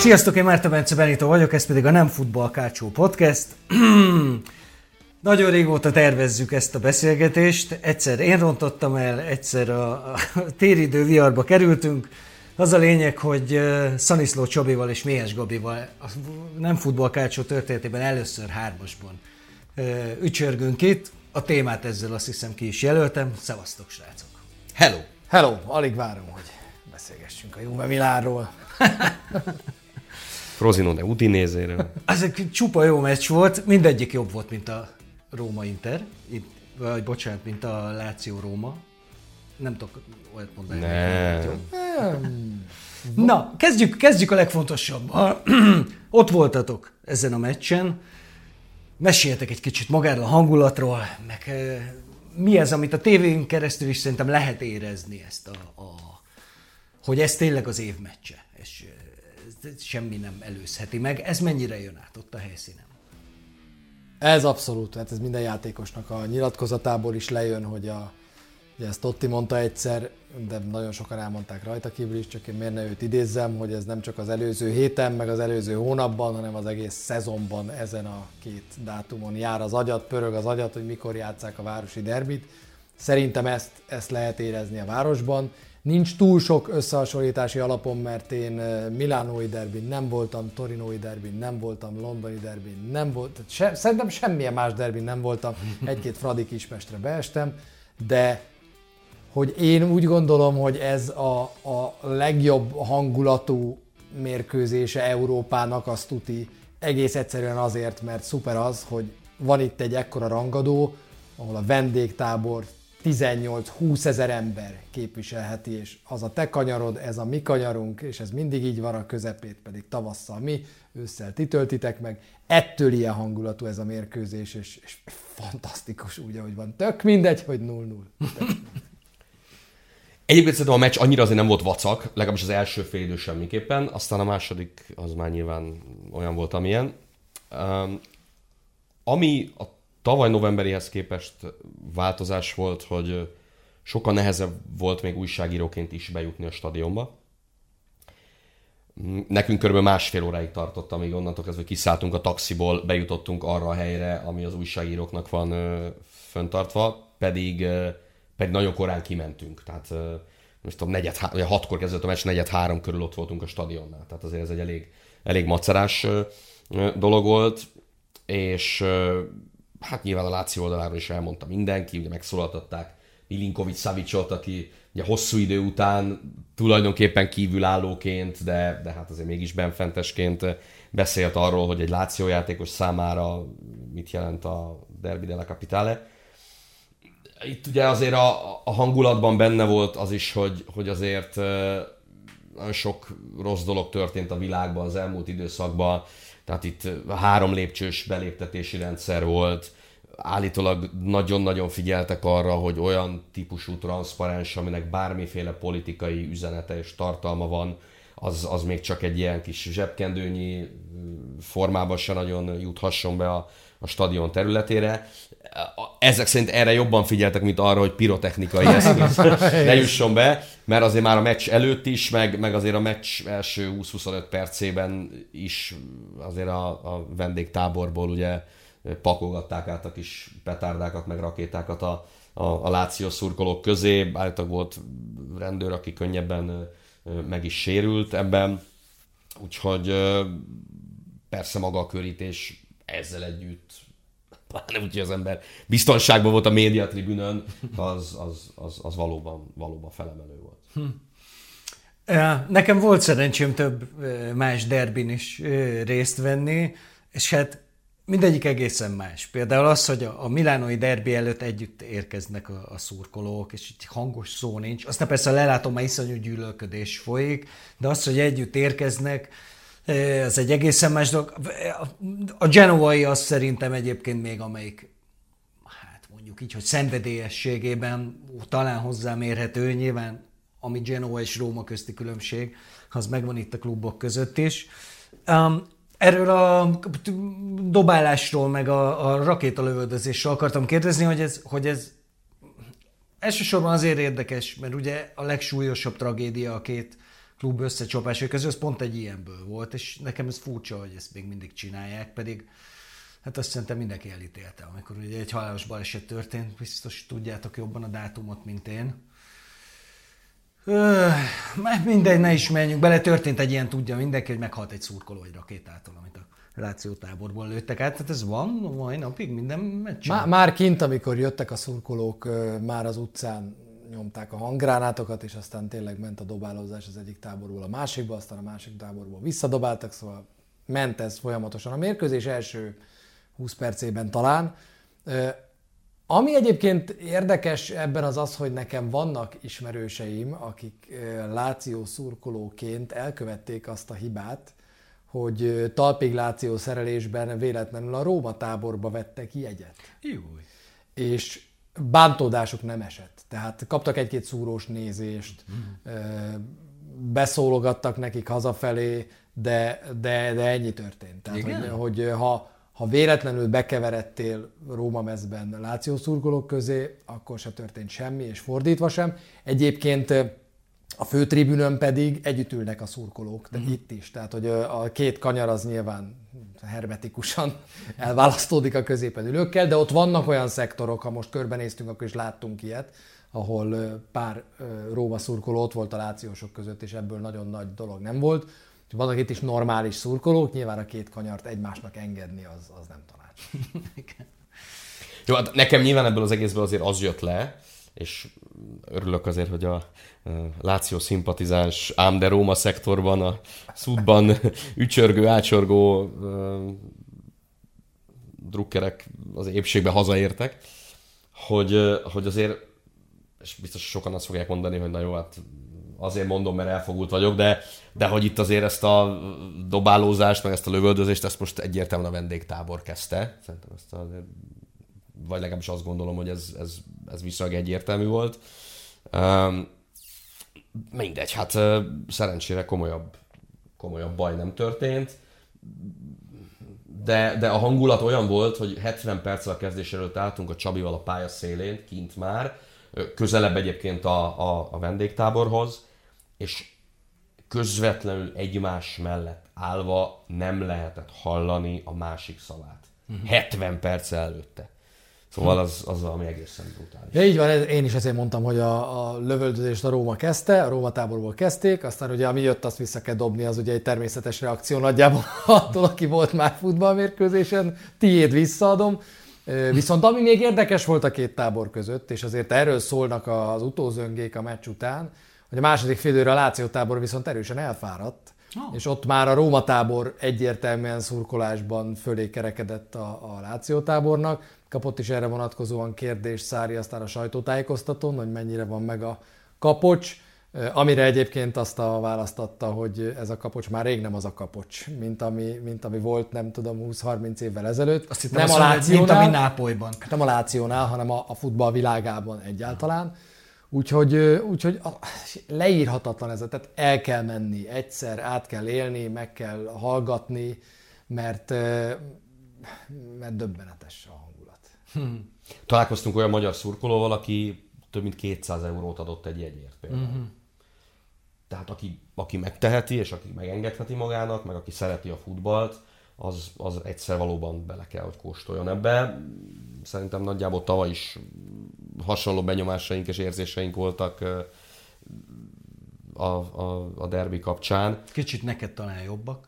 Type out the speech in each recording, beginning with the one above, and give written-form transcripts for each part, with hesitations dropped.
Sziasztok, én Márta Bence Benito vagyok, ez pedig a Nem Futball Kácsó Podcast. Nagyon régóta tervezzük ezt a beszélgetést, egyszer én rontottam el, egyszer a téridő viharba kerültünk. Az a lényeg, hogy Szaniszló Csabival és Méhes Gabival a Nem Futball Kácsó történetében először hármasban ücsörgünk itt. A témát ezzel azt hiszem ki is jelöltem. Szevasztok, srácok! Hello! Hello! Alig várom, hogy beszélgessünk a Juve Milánról. Frosinone Udinézéről. Ez egy csupa jó meccs volt, mindegyik jobb volt, mint a Róma-Inter, vagy bocsánat, mint a Láció-Róma. Nem tudok olyat mondani. Na, kezdjük a legfontosabb. Ott voltatok ezen a meccsen. Meséljetek egy kicsit magáról a hangulatról, meg mi ez, amit a tévén keresztül is szerintem lehet érezni, ezt hogy ez tényleg az év meccse, és semmi nem előzheti meg. Ez mennyire jön át ott a helyszínen? Ez abszolút, hát ez minden játékosnak a nyilatkozatából is lejön, hogy ugye ezt Totti mondta egyszer, de nagyon sokan elmondták rajta kívül is, csak én miért ne őt idézzem, hogy ez nem csak az előző héten, meg az előző hónapban, hanem az egész szezonban ezen a két dátumon jár az agyat, pörög az agyat, hogy mikor játsszák a városi derbit. Szerintem ezt lehet érezni a városban. Nincs túl sok összehasonlítási alapon, mert én milánói derbin nem voltam, torinói derbin nem voltam, londoni derbin nem voltam, szerintem semmilyen más derbin nem voltam, egy-két fradi Kispestre beestem, de hogy én úgy gondolom, hogy ez a legjobb hangulatú mérkőzése Európának, azt tuti egész egyszerűen azért, mert szuper az, hogy van itt egy ekkora rangadó, ahol a vendégtábor 18-20 ezer ember képviselheti, és az a te kanyarod, ez a mi kanyarunk, és ez mindig így van, a közepét pedig tavasszal mi, ősszel ti töltitek meg. Ettől ilyen hangulatú ez a mérkőzés, és fantasztikus úgy, ahogy van. Tök mindegy, hogy 0-0. Egyébként szerintem a meccs annyira azért nem volt vacak, legalábbis az első fél idő semmiképpen, aztán a második az már nyilván olyan volt, amilyen. Ami a tavaly novemberihez képest változás volt, hogy sokkal nehezebb volt még újságíróként is bejutni a stadionba. Nekünk körülbelül másfél óráig tartott, amíg onnantól kezdve kiszálltunk a taxiból, bejutottunk arra a helyre, ami az újságíróknak van föntartva, pedig nagyon korán kimentünk. Tehát most tudom, 6-kor kezdett a meccs, 4:03 körül ott voltunk a stadionnál. Tehát azért ez egy elég macerás dolog volt, és hát nyilván a Láció oldaláról is elmondta mindenki, ugye megszólaltatták Milinković-Savicot, aki ugye hosszú idő után tulajdonképpen kívülállóként, de hát azért mégis benfentesként beszélt arról, hogy egy Láció játékos számára mit jelent a Derby della Capitale. Itt ugye azért a hangulatban benne volt az is, hogy azért nagyon sok rossz dolog történt a világban az elmúlt időszakban. Tehát itt 3 lépcsős beléptetési rendszer volt, állítólag nagyon-nagyon figyeltek arra, hogy olyan típusú transzparens, aminek bármiféle politikai üzenete és tartalma van, az még csak egy ilyen kis zsebkendőnyi formában se nagyon juthasson be a stadion területére. Ezek szerint erre jobban figyeltek, mint arra, hogy pirotechnikai eszköz ne jusson be, mert azért már a meccs előtt is, meg azért a meccs első 20-25 percében is azért a vendégtáborból ugye pakolgatták át a kis petárdákat, meg rakétákat a Láció szurkolók közé. Állítólag volt rendőr, aki könnyebben meg is sérült ebben. Úgyhogy persze maga a körítés ezzel együtt, nem úgy, hogy az ember biztonságban volt a médiatribünön, az valóban felemelő volt. Nekem volt szerencsém több más derbin is részt venni, és hát mindegyik egészen más. Például az, hogy a milánói derbi előtt együtt érkeznek a szurkolók, és itt hangos szó nincs. Aztán persze a lelátón már iszonyú gyűlölködés folyik, de az, hogy együtt érkeznek, ez egy egészen más dolog. A genoai az szerintem egyébként még amelyik, hát mondjuk így, hogy szenvedélyességében talán hozzámérhető, nyilván ami Genoa és Róma közti különbség, az megvan itt a klubok között is. Erről a dobálásról, meg a rakétalövöldözésről akartam kérdezni, hogy ez elsősorban azért érdekes, mert ugye a legsúlyosabb tragédia a két klub összecsapásai közül, az pont egy ilyenből volt, és nekem ez furcsa, hogy ezt még mindig csinálják, pedig hát azt szerintem mindenki elítélte, amikor ugye egy halálos baleset történt, biztos tudjátok jobban a dátumot, mint én. Mindegy, ne is menjünk bele, történt egy ilyen, tudja mindenki, hogy meghalt egy szurkoló egy rakétától, amit a Láció táborból lőttek át, tehát ez van mai napig minden meccsen. Már kint, amikor jöttek a szurkolók, már az utcán nyomták a hanggránátokat, és aztán tényleg ment a dobálózás az egyik táborból a másikba, aztán a másik táborból visszadobáltak, szóval ment ez folyamatosan. A mérkőzés első 20 percében talán. Ami egyébként érdekes ebben az, hogy nekem vannak ismerőseim, akik Láció szurkolóként elkövették azt a hibát, hogy talpig Láció szerelésben véletlenül a Róma táborba vettek jegyet. Júj. És bántódásuk nem esett. Tehát kaptak egy-két szúrós nézést, beszólogattak nekik hazafelé, de ennyi történt. Tehát, hogy ha véletlenül bekeveredtél Róma mezben Láció szurkolók közé, akkor se történt semmi, és fordítva sem. Egyébként a főtribünön pedig együtt ülnek a szurkolók, de itt is. Tehát, hogy a két kanyar az nyilván hermetikusan elválasztódik a középen ülőkkel, de ott vannak olyan szektorok, ha most körbenéztünk, akkor is láttunk ilyet, ahol pár Róma szurkoló ott volt a lációsok között, és ebből nagyon nagy dolog nem volt. Vannak itt is normális szurkolók, nyilván a két kanyart egymásnak engedni, az nem tanács. Jó, hát nekem nyilván ebből az egészből azért az jött le, és örülök azért, hogy a Láció szimpatizáns ám de Róma szektorban, a szútban ücsörgő, ácsorgó drukkerek az épségbe hazaértek, hogy azért, és biztos sokan azt fogják mondani, hogy na jó, hát azért mondom, mert elfogult vagyok, de hogy itt azért ezt a dobálózást, meg ezt a lövöldözést, ezt most egyértelműen a vendégtábor kezdte. Szerintem ezt azért, vagy legalábbis azt gondolom, hogy ez viszonylag egyértelmű volt. Mindegy, hát szerencsére komolyabb baj nem történt. De a hangulat olyan volt, hogy 70 perccel a kezdés előtt álltunk a Csabival a pálya szélén, kint már, közelebb egyébként a vendégtáborhoz, és közvetlenül egymás mellett állva nem lehetett hallani a másik szavát. 70 perc előtte. Szóval az ami egészen brutális. Ja, így van, én is ezért mondtam, hogy a lövöldözést a Róma kezdte, a Róma táborból kezdték, aztán ugye ami jött, azt vissza kell dobni, az ugye egy természetes reakció nagyjából attól, aki volt már futballmérkőzésen, tiéd visszaadom. Viszont ami még érdekes volt a két tábor között, és azért erről szólnak az utózöngék a meccs után, hogy a második félidőre a Láció tábor viszont erősen elfáradt, és ott már a Róma tábor egyértelműen szurkolásban fölé kerekedett a Láció tábornak. Kapott is erre vonatkozóan kérdést Szári aztán a sajtótájékoztatón, hogy mennyire van meg a kapocs, amire egyébként azt a választ adta, hogy ez a kapocs már rég nem az a kapocs, mint ami volt, nem tudom, 20-30 évvel ezelőtt. Azt hittem, nem a Lációnál, mint ami Nápolyban. Nem a Lációnál, hanem a futball világában egyáltalán. Úgyhogy leírhatatlan ez, tehát el kell menni egyszer, át kell élni, meg kell hallgatni, mert döbbenetes a hangulat. Találkoztunk olyan magyar szurkolóval, aki több mint 200 eurót adott egy jegyért például. Tehát aki megteheti, és aki megengedheti magának, meg aki szereti a futballt, az egyszer valóban bele kell, hogy kóstoljon ebbe. Szerintem nagyjából tavaly is hasonló benyomásaink és érzéseink voltak a derbi kapcsán. Kicsit neked talán jobbak?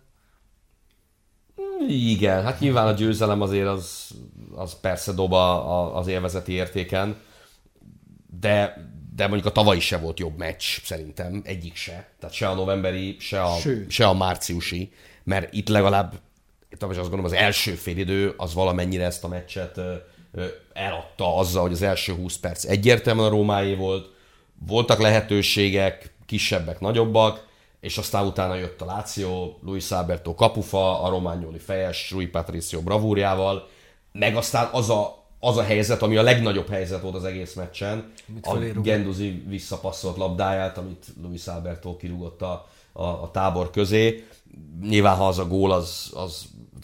Igen, hát nyilván a győzelem azért az persze dob az élvezeti értéken, de mondjuk a tavalyi se volt jobb meccs, szerintem, egyik se. Tehát se a novemberi, se a márciusi, mert itt legalább, itt azt gondolom, az első félidő az valamennyire ezt a meccset eladta azzal, hogy az első 20 perc egyértelműen a Rómáé volt, voltak lehetőségek, kisebbek, nagyobbak, és aztán utána jött a Láció, Luis Alberto kapufa, a Romagnoli fejes, Rui Patricio bravúrjával, meg aztán az a helyzet, ami a legnagyobb helyzet volt az egész meccsen, a Guendouzi visszapasszolt labdáját, amit Luis Alberto kirúgott a tábor közé. Nyilván, ha az a gól,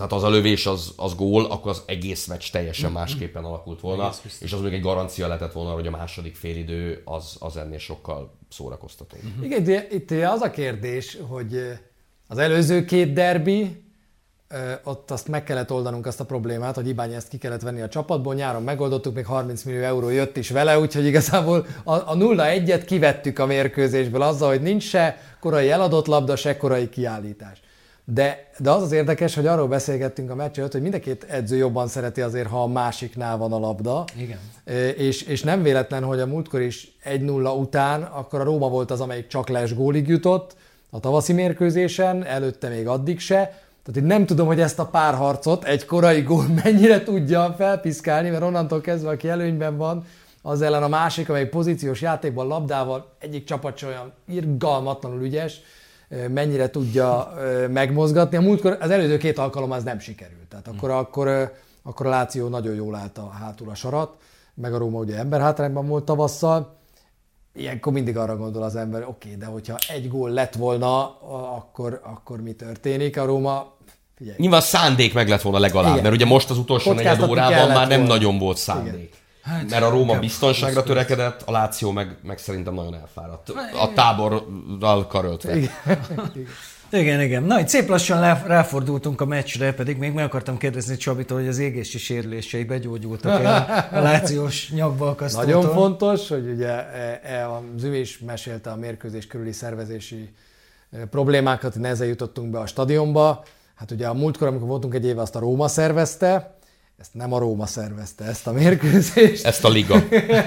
tehát az a lövés az gól, akkor az egész meccs teljesen másképpen alakult volna, és az még egy garancia lehetett volna, hogy a második félidő az ennél sokkal szórakoztató. Igen, itt az a kérdés, hogy az előző 2 derbi, ott azt meg kellett oldanunk azt a problémát, hogy Ibáñezt ki kellett venni a csapatból, nyáron megoldottuk, még 30 millió euró jött is vele, úgyhogy igazából a 0-1-et kivettük a mérkőzésből azzal, hogy nincs se korai eladott labda, se korai kiállítás. De az érdekes, hogy arról beszélgettünk a meccs előtt, hogy mind a 2 edző jobban szereti azért, ha a másiknál van a labda. Igen. És nem véletlen, hogy a múltkor is 1-0 után, akkor a Róma volt az, amelyik csak gólig jutott a tavaszi mérkőzésen, előtte még addig se. Tehát én nem tudom, hogy ezt a párharcot egy korai gól mennyire tudja felpiszkálni, mert onnantól kezdve, aki előnyben van, az ellen a másik, amely pozíciós játékban labdával egyik csapat sem olyan irgalmatlanul ügyes, mennyire tudja megmozgatni. A múltkor az előző 2 alkalom az nem sikerült. Tehát akkor a Láció nagyon jól állt hátul a sarat, meg a Róma ugye emberhátrányban volt tavasszal. Ilyenkor mindig arra gondol az ember, oké, de hogyha 1 gól lett volna, akkor mi történik? A Róma... Figyelj. Nyilván szándék meg lett volna legalább, igen. Mert ugye most az utolsó negyed órában már nem volna. Nagyon volt szándék. Hát, mert a Róma biztonságra törekedett, a Láció meg szerintem nagyon elfáradt. A táborral karöltve. Igen. Na, itt szép lassan ráfordultunk a meccsre, pedig még meg akartam kérdezni Csabitól, hogy az égési sérülései begyógyultak el a lációs nyakbalkasztótól. Nagyon fontos, hogy ugye a Zümi is mesélte a mérkőzés körüli szervezési problémákat, hogy nehezen jutottunk be a stadionba. Hát ugye a múltkor, amikor voltunk egy éve, azt a Róma szervezte, ezt nem a Róma szervezte, ezt a mérkőzést. Ezt a liga.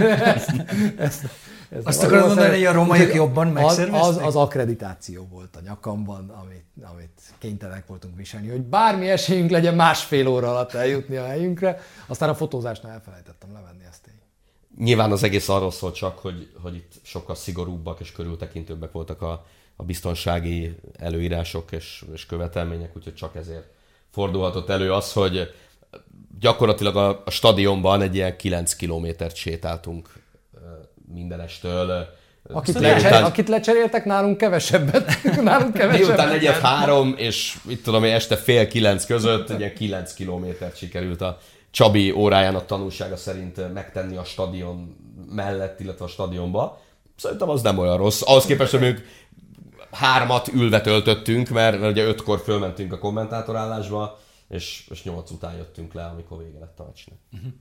Azt akarod mondani, hogy a rómaiak jobban megszervezték? Az akkreditáció volt a nyakamban, amit kénytelenek voltunk viselni, hogy bármi esélyünk legyen 1,5 óra alatt eljutni a helyünkre. Aztán a fotózásnál elfelejtettem levenni ezt így. Nyilván az egész arról szól csak, hogy itt sokkal szigorúbbak és körültekintőbbek voltak a biztonsági előírások és követelmények, úgyhogy csak ezért fordulhatott elő az, hogy gyakorlatilag a stadionban egy ilyen 9 kilométert sétáltunk mindenestől. Akit lecseréltek, nálunk kevesebbet. Miután 4-3, és mit tudom én, este 8:30 között egy ilyen 9 kilométert sikerült a Csabi órájának tanulsága szerint megtenni a stadion mellett, illetve a stadionba. Szerintem az nem olyan rossz. Ahhoz képest, hogy mondjuk 3-at ülve töltöttünk, mert ugye 5-kor fölmentünk a kommentátorállásba, és 8 után jöttünk le, amikor vége lett a meccsnek.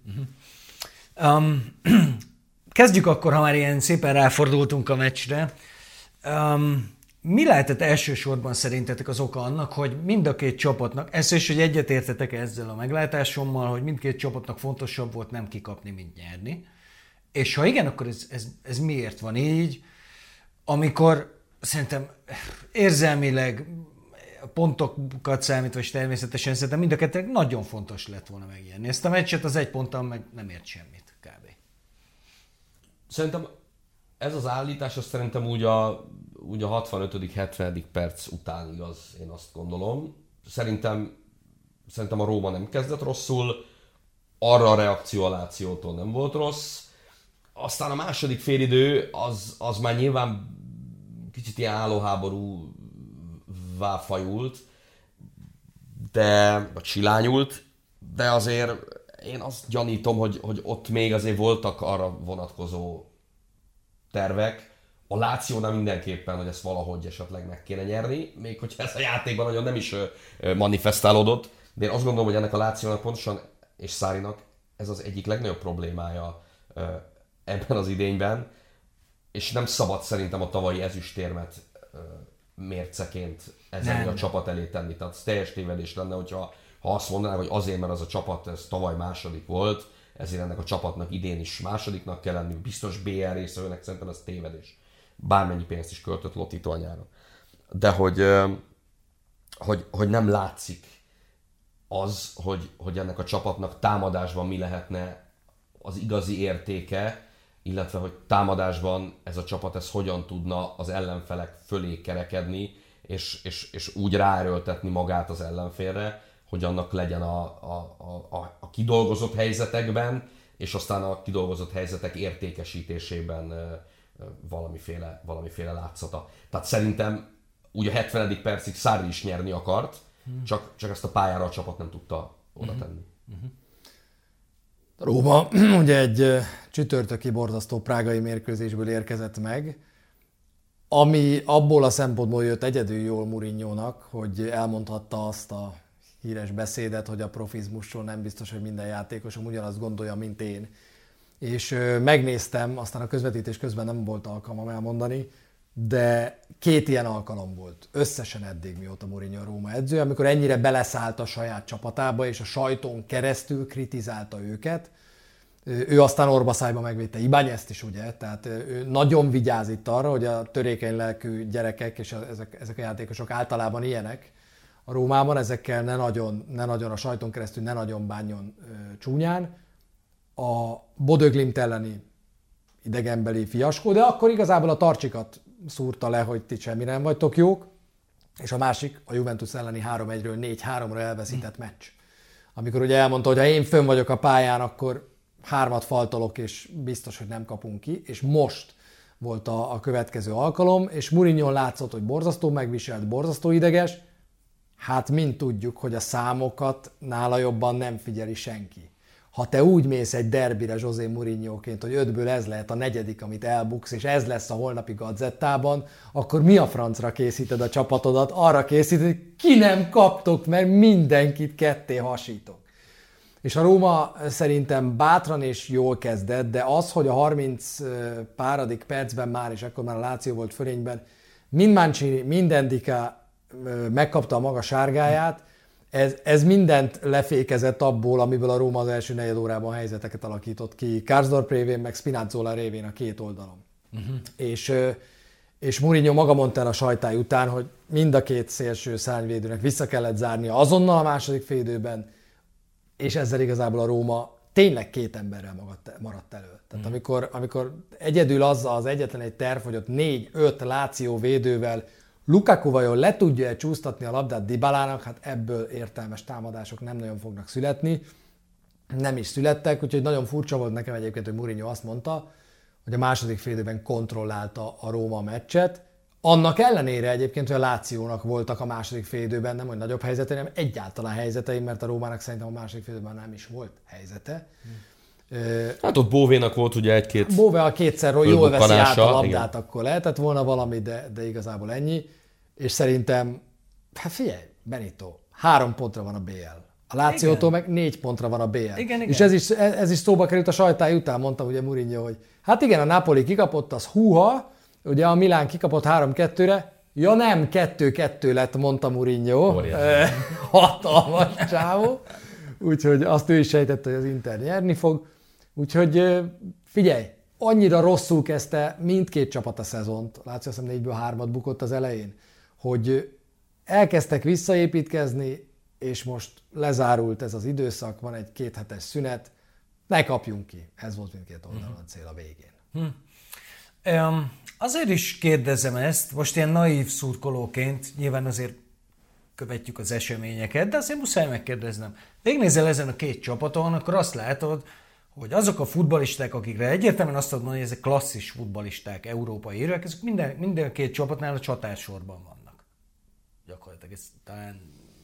Kezdjük akkor, ha már ilyen szépen ráfordultunk a meccsre. Mi lehetett elsősorban szerintetek az oka annak, hogy mind a 2 csapatnak, ez is, hogy egyetértetek ezzel a meglátásommal, hogy mindkét csapatnak fontosabb volt nem kikapni, mint nyerni. És ha igen, akkor ez miért van így, amikor szerintem érzelmileg pontokat számítva, és természetesen szerintem mind a 2 nagyon fontos lett volna megnyerni. Ezt a meccset az 1 ponttal meg nem ért semmit, kb. Szerintem ez az állítás, az szerintem úgy a 65.-70. perc után igaz, én azt gondolom. Szerintem a Róma nem kezdett rosszul, arra a reakció a Lációtól nem volt rossz. Aztán a második félidő az már nyilván kicsit ilyen állóháborúvá fajult, vagy silányult, de azért én azt gyanítom, hogy ott még azért voltak arra vonatkozó tervek. A Lációnál mindenképpen, hogy ezt valahogy esetleg meg kéne nyerni, még hogyha ez a játékban nagyon nem is manifestálódott, de én azt gondolom, hogy ennek a Lációnak pontosan, és Sarrinak ez az egyik legnagyobb problémája ebben az idényben, és nem szabad szerintem a tavalyi ezüstérmet mérceként ezen a csapat elé tenni. Tehát teljes tévedés lenne, hogyha azt mondanák, hogy azért, mert az a csapat ez tavaly második volt, ezért ennek a csapatnak idén is másodiknak kell lenni, biztos BL részvevőnek, szerintem ez tévedés. Bármennyi pénzt is költött Lotito a nyáron. De hogy nem látszik az, hogy ennek a csapatnak támadásban mi lehetne az igazi értéke, illetve hogy támadásban ez a csapat ez hogyan tudna az ellenfelek fölé kerekedni, és úgy ráerőltetni magát az ellenfélre, hogy annak legyen a kidolgozott helyzetekben, és aztán a kidolgozott helyzetek értékesítésében valamiféle látszata. Tehát szerintem úgy a 70. percig Sarri is nyerni akart, Csak ezt a pályára a csapat nem tudta oda tenni. Róma ugye egy csütörtöki borzasztó prágai mérkőzésből érkezett meg, ami abból a szempontból jött egyedül jól Mourinhónak, hogy elmondhatta azt a híres beszédet, hogy a profizmusról nem biztos, hogy minden játékosom ugyanazt gondolja, mint én. És megnéztem, aztán a közvetítés közben nem volt alkalmam elmondani, de 2 ilyen alkalom volt összesen eddig, mióta Mourinho a Róma edző, amikor ennyire beleszállt a saját csapatába, és a sajtón keresztül kritizálta őket. Ő aztán orbaszájba megvédte Ibáñezt is, ugye, tehát ő nagyon vigyáz itt arra, hogy a törékeny lelkű gyerekek és ezek a játékosok általában ilyenek a Rómában, ezekkel ne nagyon a sajton keresztül ne nagyon bánjon csúnyán. A Bodø Glimt elleni idegenbeli fiaskó, de akkor igazából a tarcsikat szúrta le, hogy ti semmire nem vagytok jók, és a másik a Juventus elleni 3-1-ről 4-3-ra elveszített meccs. Amikor ugye elmondta, hogy ha én fönn vagyok a pályán, akkor 3 faltolok, és biztos, hogy nem kapunk ki, és most volt a következő alkalom, és Mourinho látszott, hogy borzasztó megviselt, borzasztó ideges, hát mind tudjuk, hogy a számokat nála jobban nem figyeli senki. Ha te úgy mész egy derbire José Mourinhoként, hogy 5-ből ez lehet a 4., amit elbuksz, és ez lesz a holnapi gazettában, akkor mi a francra készíted a csapatodat? Arra készíted, hogy ki nem kaptok, mert mindenkit ketté hasítok. És a Róma szerintem bátran és jól kezdett, de az, hogy a 30 páradik percben már, és akkor már a Lazio volt fölényben, mind Mancini, mind Endika megkapta a maga sárgáját, ez mindent lefékezett abból, amiből a Róma az első negyed órában helyzeteket alakított ki. Karsdorp révén, meg Spinazzola révén a 2 oldalon. És Mourinho maga mondta el a sajtály után, hogy mind a 2 szélső szárnyvédőnek vissza kellett zárnia azonnal a második félidőben, és ezzel igazából a Róma tényleg 2 emberrel maradt elő. Tehát amikor egyedül az egyetlen egy terv, hogy ott 4-5 Lazio védővel Lukaku vajon le tudja csúsztatni a labdát Dybalának, hát ebből értelmes támadások nem nagyon fognak születni. Nem is születtek, úgyhogy nagyon furcsa volt nekem egyébként, hogy Mourinho azt mondta, hogy a második félidőben kontrollálta a Róma meccset. Annak ellenére egyébként, hogy a Lációnak voltak a második félidőben nem hogy nagyobb helyzetei, hanem egyáltalán helyzetei, mert a Rómának szerintem a második félidőben nem is volt helyzete. Hát ott Bóvénak volt ugye egy-két Bóve a kétszer jól veszi át a labdát, igen. Akkor lehetett volna valami, de igazából ennyi. És szerintem, hát figyelj, Benito, 3 pontra van a BL. A Lációtól meg 4 pontra van a BL. Igen. És ez is szóba került a sajtály után, mondta ugye Mourinho, hogy hát igen, a Napoli kikapott, az húha, ugye a Milán kikapott 3-2-re, ja nem, 2-2 lett, mondta Mourinho. Hatalmas csávó. Úgyhogy azt ő is sejtette, hogy az Inter nyerni fog. Úgyhogy figyelj, annyira rosszul kezdte mindkét csapat a szezont, Látszik, azt hiszem 4-ből 3-at bukott az elején, hogy elkezdtek visszaépítkezni, és most lezárult ez az időszak, van egy 2 hetes szünet, ne kapjunk ki. Ez volt mindkét oldalon a cél a végén. Azért is kérdezem ezt, most ilyen naív szurkolóként, nyilván azért követjük az eseményeket, de azért muszáj megkérdeznem. Végnézel ezen a 2 csapaton, akkor azt látod, hogy azok a futballisták, akikre egyértelműen azt tudod mondani, hogy ezek klasszis futballisták, európai érőek, ezek minden 2 csapatnál a csatársorban vannak. Gyakorlatilag ez talán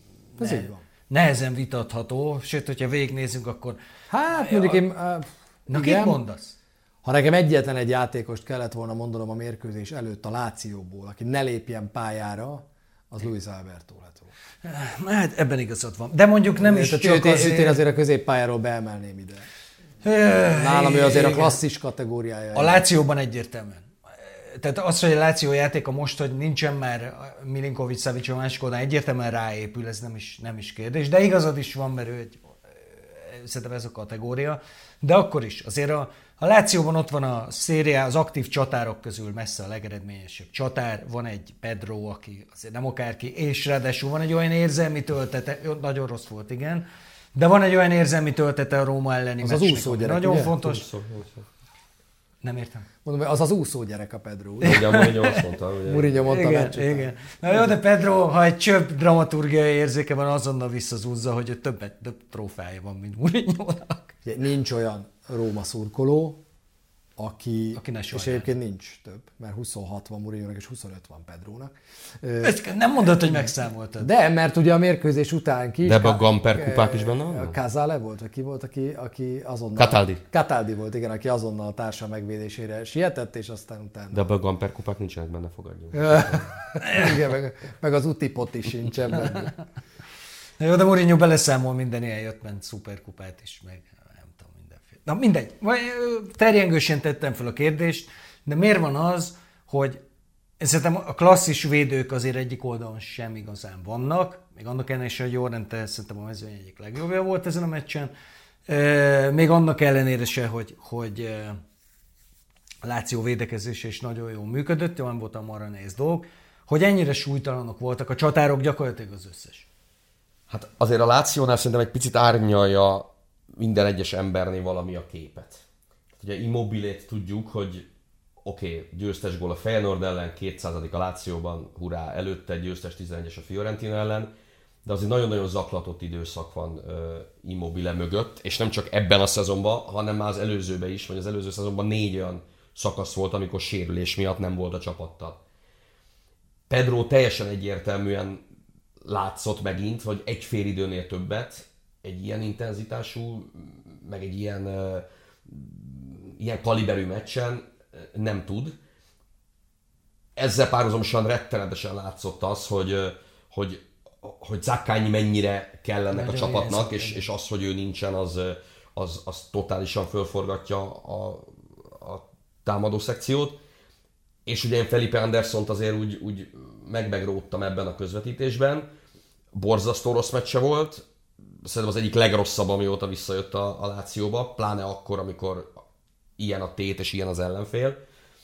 nehezen vitatható, sőt, hogyha végignézzünk, akkor... Hát mondjuk én... Na, kit mondasz? Ha nekem egyetlen egy játékost kellett volna mondanom a mérkőzés előtt a Lációból, aki ne lépjen pályára, az Luis Alberto lett volna. Hát ebben igazad van. De mondjuk nem is csak azért... Őt én azért a középpályáról beemelném ide. Nálam ő azért a klasszis kategóriája. A Lációban egyértelműen. Tehát az, hogy a Láció játéka most, hogy nincsen már Milinković-Savić a másik oldalon, egyértelműen ráépül, ez nem is kérdés. De igazad is van, mert ő szerintem ez a kategória. De akkor is. Azért a Lációban ott van a széria, az aktív csatárok közül messze a legeredményesebb csatár. Van egy Pedro, aki azért nem akárki, és ráadásul van egy olyan érzelmi töltete, nagyon rossz volt, igen, de van egy olyan érzelmi töltete a Róma elleni meccsnek. Az úszó gyerek, nagyon ugye? fontos. Nem értem. Mondom, az úszó gyerek a Pedro. Igen, Mourinho azt mondta. Mourinho mondta igen. Na jó, de Pedro, ha egy csöpp dramaturgiai érzéke van, azonnal visszazúzza, hogy több trófája van, mint Mourinho-nak. Nincs olyan Róma szurkoló, aki ne és egyébként nincs több, mert 26 van Mourinho-nak és 25 van Pedrónak. Ezt nem mondod, hogy megszámoltad. De, mert ugye a mérkőzés után ki is... De ebben a Gamper kupák is benne van? Casale volt, vagy ki volt, aki azonnal... Cataldi volt, igen, aki azonnal a társa megvédésére sietett, és aztán utána... De ebben a Gamper kupák nincsenek benne, fogadjunk. Igen, meg az Utipot is sincsen benne. Jó, de Mourinho beleszámol minden ilyen jött-ment szuperkupát is, meg nem tudom, mindenféle. Na mindegy, terjengősen tettem fel a kérdést, de miért van az, hogy szerintem a klasszis védők azért egyik oldalon sem igazán vannak, még annak ellenére, hogy Llorente szerintem a mezőny egyik legjobbja volt ezen a meccsen, még annak ellenére se, hogy a Láció védekezése is nagyon jól működött, nem voltam arra nehéz dolgok, hogy ennyire súlytalanok voltak a csatárok, gyakorlatilag az összes. Hát azért a Lációnál szerintem egy picit árnyalja minden egyes embernél valami a képet. Ugye Immobilét tudjuk, hogy oké, győztes gól a Feyenoord ellen, 200. a Lációban, hurrá, előtte győztes 11-es a Fiorentina ellen, de azért nagyon-nagyon zaklatott időszak van Immobile mögött, és nem csak ebben a szezonban, hanem már az előzőben is, vagy az előző szezonban 4 olyan szakasz volt, amikor sérülés miatt nem volt a csapattal. Pedro teljesen egyértelműen látszott megint, hogy egy fél időnél többet egy ilyen intenzitású, meg egy ilyen kaliberű meccsen nem tud. Ezzel párhuzamosan rettenetesen látszott az, hogy Zaccagni mennyire kell ennek a csapatnak, és az, hogy ő nincsen, az totálisan fölforgatja a támadó szekciót. És ugye én Felipe Andersont azért úgy megróttam ebben a közvetítésben. Borzasztó rossz meccse volt. Szerintem az egyik legrosszabb, amióta visszajött a Lációba, pláne akkor, amikor ilyen a tét és ilyen az ellenfél.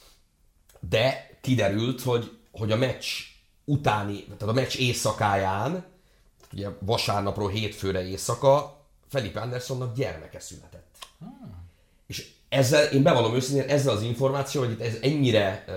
De kiderült, hogy a meccs utáni, tehát a meccs éjszakáján, ugye vasárnapról hétfőre éjszaka, Felipe Andersonnak gyermeke született. És ezzel, én bevallom őszintén, ezzel az információ, hogy itt ez ennyire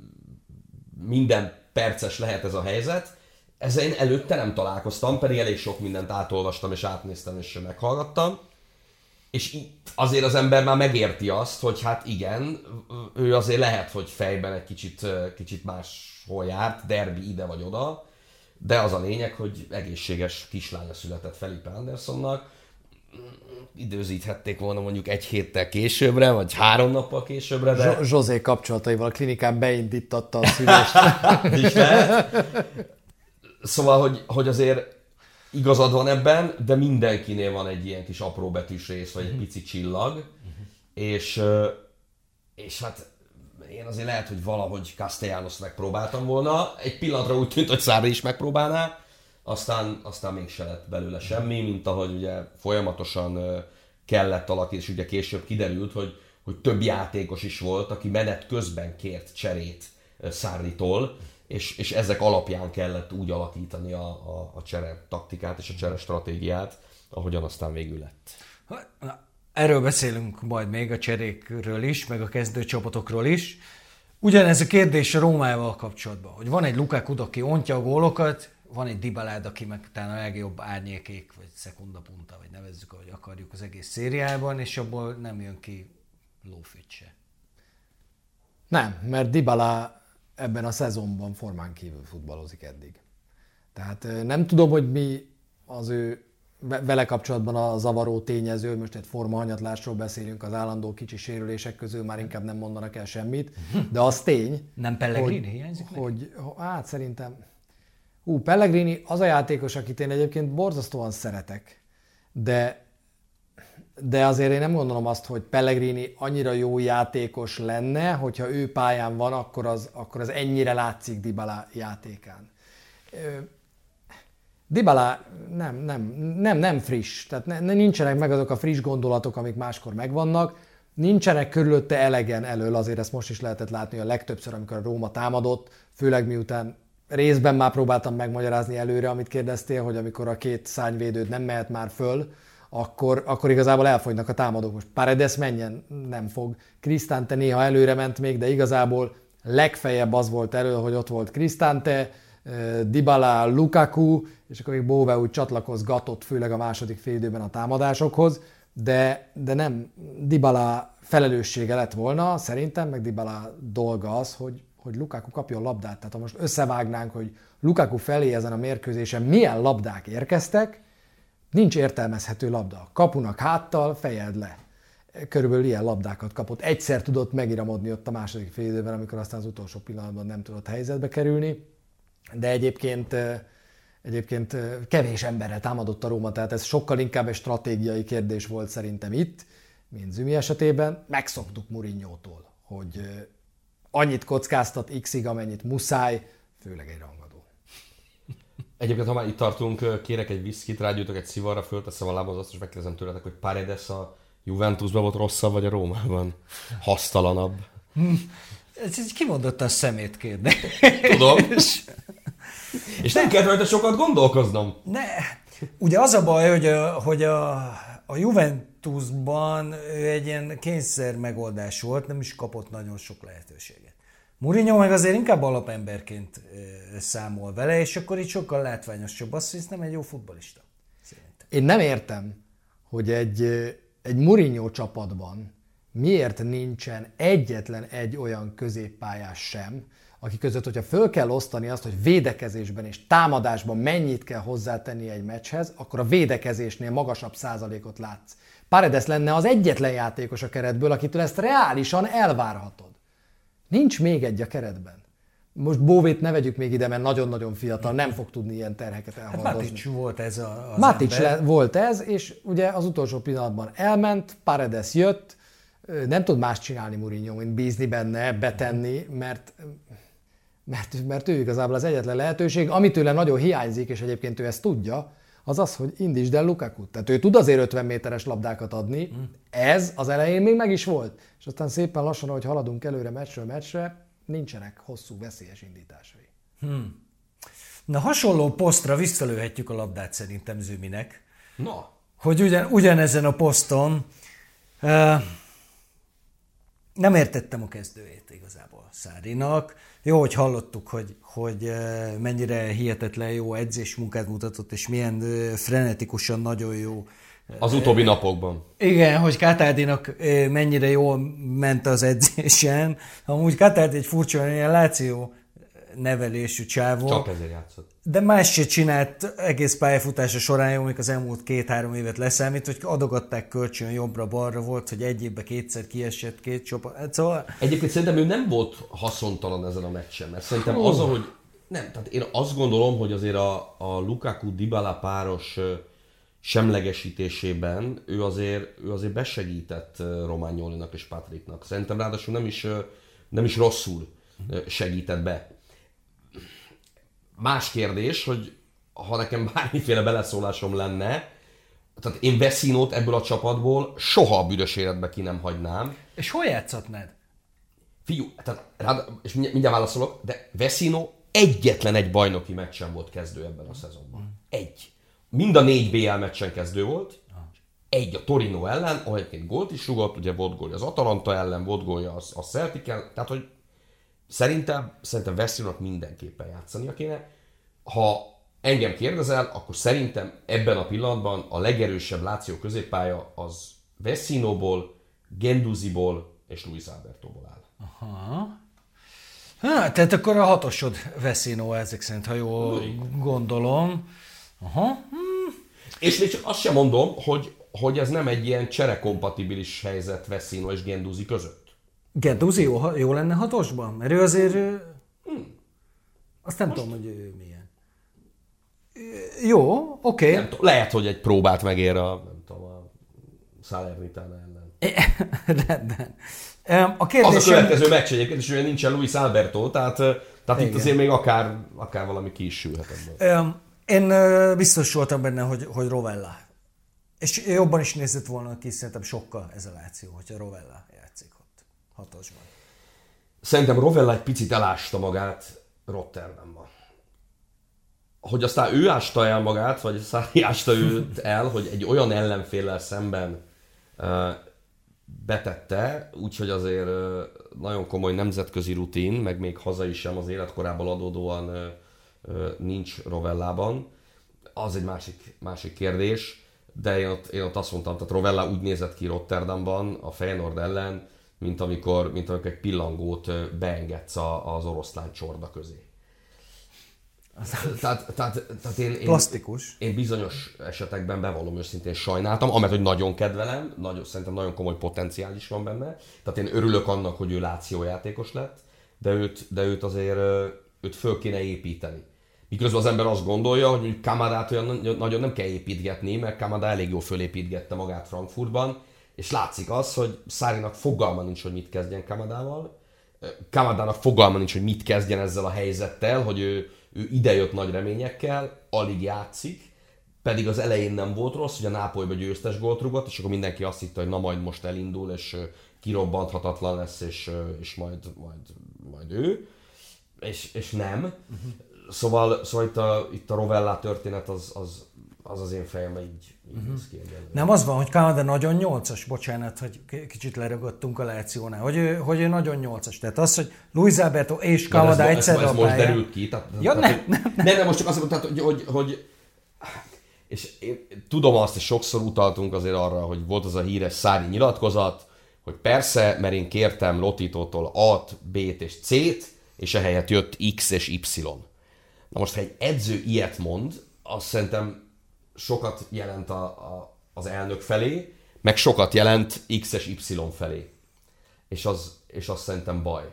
minden perces lehet ez a helyzet, ezzel én előtte nem találkoztam, pedig elég sok mindent átolvastam és átnéztem és meghallgattam. És itt azért az ember már megérti azt, hogy hát igen, ő azért lehet, hogy fejben egy kicsit máshol járt, derbi ide vagy oda, de az a lényeg, hogy egészséges kislánya született Felipe Andersonnak. Időzíthették volna mondjuk 1 héttel későbbre, vagy 3 nappal későbbre, de... José kapcsolataival a klinikán beindítatta a szülést. Is lehet. Szóval, hogy azért igazad van ebben, de mindenkinél van egy ilyen kis apróbetűs rész, vagy egy pici csillag, és hát én azért lehet, hogy valahogy Castellanost megpróbáltam volna. Egy pillanatra úgy tűnt, hogy Sarri is megpróbálná, aztán mégse lett belőle semmi, mint ahogy ugye folyamatosan kellett alakítani, és ugye később kiderült, hogy több játékos is volt, aki menet közben kért cserét Sarritól, és ezek alapján kellett úgy alakítani a csere taktikát és a csere stratégiát, ahogyan aztán végül lett. Na, erről beszélünk majd még a cserékről is, meg a kezdőcsapatokról is. Ugyanez a kérdés a Rómával kapcsolatban, hogy van egy Lukaku, aki ontja a gólokat, van egy Dybalád, aki meg talán a legjobb árnyékék, vagy szekunda punta, vagy nevezzük, ahogy akarjuk az egész szériában, és abból nem jön ki lófügy se. Nem, mert Dybala ebben a szezonban formán kívül futballozik eddig. Tehát nem tudom, hogy mi az ő vele kapcsolatban a zavaró tényező, most egy formahanyatlásról beszélünk, az állandó kicsi sérülések közül már inkább nem mondanak el semmit, de az tény, nem Pellegrini hiányzik hogy hát szerintem Pellegrini az a játékos, akit én egyébként borzasztóan szeretek, de azért én nem gondolom azt, hogy Pellegrini annyira jó játékos lenne, hogyha ő pályán van, akkor az ennyire látszik Dybala játékán. Dybala nem friss, tehát nincsenek meg azok a friss gondolatok, amik máskor megvannak, nincsenek körülötte elegen elől, azért ezt most is lehetett látni a legtöbbször, amikor a Róma támadott, főleg miután részben már próbáltam megmagyarázni előre, amit kérdeztél, hogy amikor a 2 szárnyvédőd nem mehet már föl, akkor igazából elfogynak a támadók. Most Paredes menjen, nem fog. Cristante néha előre ment még, de igazából legfeljebb az volt elő, hogy ott volt Cristante, Dybala, Lukaku, és akkor még Bove úgy csatlakozgatott, főleg a második félidőben a támadásokhoz. de nem Dybala felelőssége lett volna, szerintem, meg Dybala dolga az, hogy Lukaku kapjon labdát. Tehát ha most összevágnánk, hogy Lukaku felé ezen a mérkőzésen milyen labdák érkeztek, nincs értelmezhető labda. Kapunak háttal, fejeld le. Körülbelül ilyen labdákat kapott. Egyszer tudott megiramodni ott a második félidőben, amikor aztán az utolsó pillanatban nem tudott helyzetbe kerülni. De egyébként kevés emberrel támadott a Róma, tehát ez sokkal inkább egy stratégiai kérdés volt szerintem itt, mint Zümi esetében. Megszoktuk Mourinho-tól, hogy annyit kockáztat X-ig, amennyit muszáj, főleg egy rangadó. Egyébként, ha már itt tartunk, kérek egy viszkit, rágyújtok egy szivarra, fölteszem a lábam, azt is megkérdezem tőletek, hogy Paredes a Juventusban volt rosszabb, vagy a Rómában hasztalanabb? Ez kimondottan szemétkérdés. Tudom. És nem kell rajta sokat gondolkoznom. Ugye az a baj, hogy a Juventusban egy ilyen kényszer megoldás volt, nem is kapott nagyon sok lehetőséget. Mourinho meg azért inkább alapemberként számol vele, és akkor itt sokkal látványosabb. Azt hiszem, egy jó futballista. Szerintem. Én nem értem, hogy egy Mourinho csapatban miért nincsen egyetlen egy olyan középpályás sem, aki között, hogyha föl kell osztani azt, hogy védekezésben és támadásban mennyit kell hozzátenni egy meccshez, akkor a védekezésnél magasabb százalékot látsz. Paredes lenne az egyetlen játékos a keretből, akitől ezt reálisan elvárhatod. Nincs még egy a keretben. Most Bóvét ne vegyük még ide, mert nagyon-nagyon fiatal, nem fog tudni ilyen terheket elhordozni. Hát Matic volt ez az Matic ember. Volt ez, és ugye az utolsó pillanatban elment, Paredes jött, nem tud más csinálni Mourinho, mint bízni benne, betenni, mert ő igazából az egyetlen lehetőség, ami tőle nagyon hiányzik, és egyébként ő ezt tudja, az az, hogy indítsd el Lukakut. Tehát ő tud azért 50 méteres labdákat adni, ez az elején még meg is volt. És aztán szépen lassan, ahogy haladunk előre meccsről meccsre, nincsenek hosszú, veszélyes indításai. Na, hasonló posztra visszalőhetjük a labdát szerintem Züminek. Na. Hogy ugyanezen a poszton nem értettem a kezdőjét igazából Sarrinak. Jó, hogy hallottuk, hogy mennyire hihetetlen jó edzésmunkát mutatott, és milyen frenetikusan nagyon jó. Az utóbbi napokban. Igen, hogy Cataldinak mennyire jól ment az edzésen. Amúgy Cataldi egy furcsa, ilyen Láció nevelésű csávó. Csak ezért játszott. De más se csinált egész pályafutása során, jó, még az elmúlt 2-3 évet leszámít, hogy adogatták kölcsön jobbra-balra, volt, hogy egy évben kétszer kiesett két csapat. Hát szóval... Egyébként szerintem ő nem volt haszontalan ezen a meccsen, mert szerintem az, hogy... Nem, tehát én azt gondolom, hogy azért a Lukaku-Dybala páros semlegesítésében ő azért besegített Romagnolinak és Patricknak. Szerintem ráadásul nem is rosszul segített be. Más kérdés, hogy ha nekem bármiféle beleszólásom lenne, tehát én Vessinót ebből a csapatból soha a büdös életbe ki nem hagynám. És hol játszhatnád? Fiú, tehát, és mindjárt válaszolok, de Vessino egyetlen egy bajnoki meccsen volt kezdő ebben a szezonban. Egy. Mind a 4 BL meccsen kezdő volt. Egy a Torino ellen, ahol egyébként gólt is rugott, ugye volt gólja az Atalanta ellen, volt gólja a Celtic ellen, tehát hogy Szerintem Vessinónak mindenképpen játszania kéne. Ha engem kérdezel, akkor szerintem ebben a pillanatban a legerősebb Lazio középpálya az Vessinóból, Guendouziból és Luis Albertóból áll. Aha. Tehát akkor a hatosod Vessinó ezek szerint, ha jól gondolom. Aha. És még csak azt sem mondom, hogy ez nem egy ilyen cserekompatibilis helyzet Vessinó és Guendouzi között. Guendouzi jó lenne hatosban? Mert ő azért... Azt nem tudom, hogy ő milyen. Jó, oké. Okay. Lehet, hogy egy próbát megér a Salernitana ellen. Rendben. A kérdésem... Az a következő meccs egyébként, és olyan nincsen Luis Alberto, tehát itt azért még akár valami ki is sülhet ebből. Én biztos voltam benne, hogy Rovella. És jobban is nézett volna ki, szerintem sokkal ez a Láció, hogyha Rovella játszik ott hatosban. Szerintem Rovella egy picit elásta magát Rotterdamban. Hogy aztán ő ásta el magát, vagy Sarri ásta őt el, hogy egy olyan ellenféllel szemben betette, úgyhogy azért nagyon komoly nemzetközi rutin, meg még hazai sem az életkorából adódóan nincs Rovellában. Az egy másik kérdés. de én ott azt mondtam, tehát Rovella úgy nézett ki Rotterdamban a Feyenoord ellen, mint amikor egy pillangót beengedsz az oroszlán csorda közé. Tehát plastikus. Én bizonyos esetekben bevallom őszintén sajnáltam, amelyet, hogy nagyon kedvelem, szerintem nagyon komoly potenciál is van benne. Tehát én örülök annak, hogy ő Lazio játékos lett, de őt azért föl kéne építeni. Miközben az ember azt gondolja, hogy mondjuk Kamadát olyan nagyon nem kell építgetni, mert Kamada elég jól fölépítgette magát Frankfurtban, és látszik az, hogy Sarrinak fogalma nincs, hogy mit kezdjen Kamadával. Kamadának fogalma nincs, hogy mit kezdjen ezzel a helyzettel, hogy ő idejött nagy reményekkel, alig játszik, pedig az elején nem volt rossz, hogy a Nápolyba győztes gólt rúgott, és akkor mindenki azt hitte, hogy na majd most elindul, és kirobbanthatatlan lesz, és majd ő, és nem. Szóval itt a Rovella történet az én fejembe így néz ki. Nem az van, hogy Kamada nagyon 8-as, bocsánat, hogy kicsit lerögöttünk a Lációnál, hogy ő nagyon 8-as. Tehát az, hogy Luis Alberto és Kamada egyszerre a pályán... Ez most derült ki. Nem, most csak azt mondtam, hogy és én tudom azt, és sokszor utaltunk azért arra, hogy volt az a híres Sarri nyilatkozat, hogy persze, mert én kértem Lotitótól A-t, B-t és C-t, és ehelyett jött X és Y. Na most, ha egy edző ilyet mond, azt szerintem sokat jelent az elnök felé, meg sokat jelent X és Y felé. És az szerintem baj.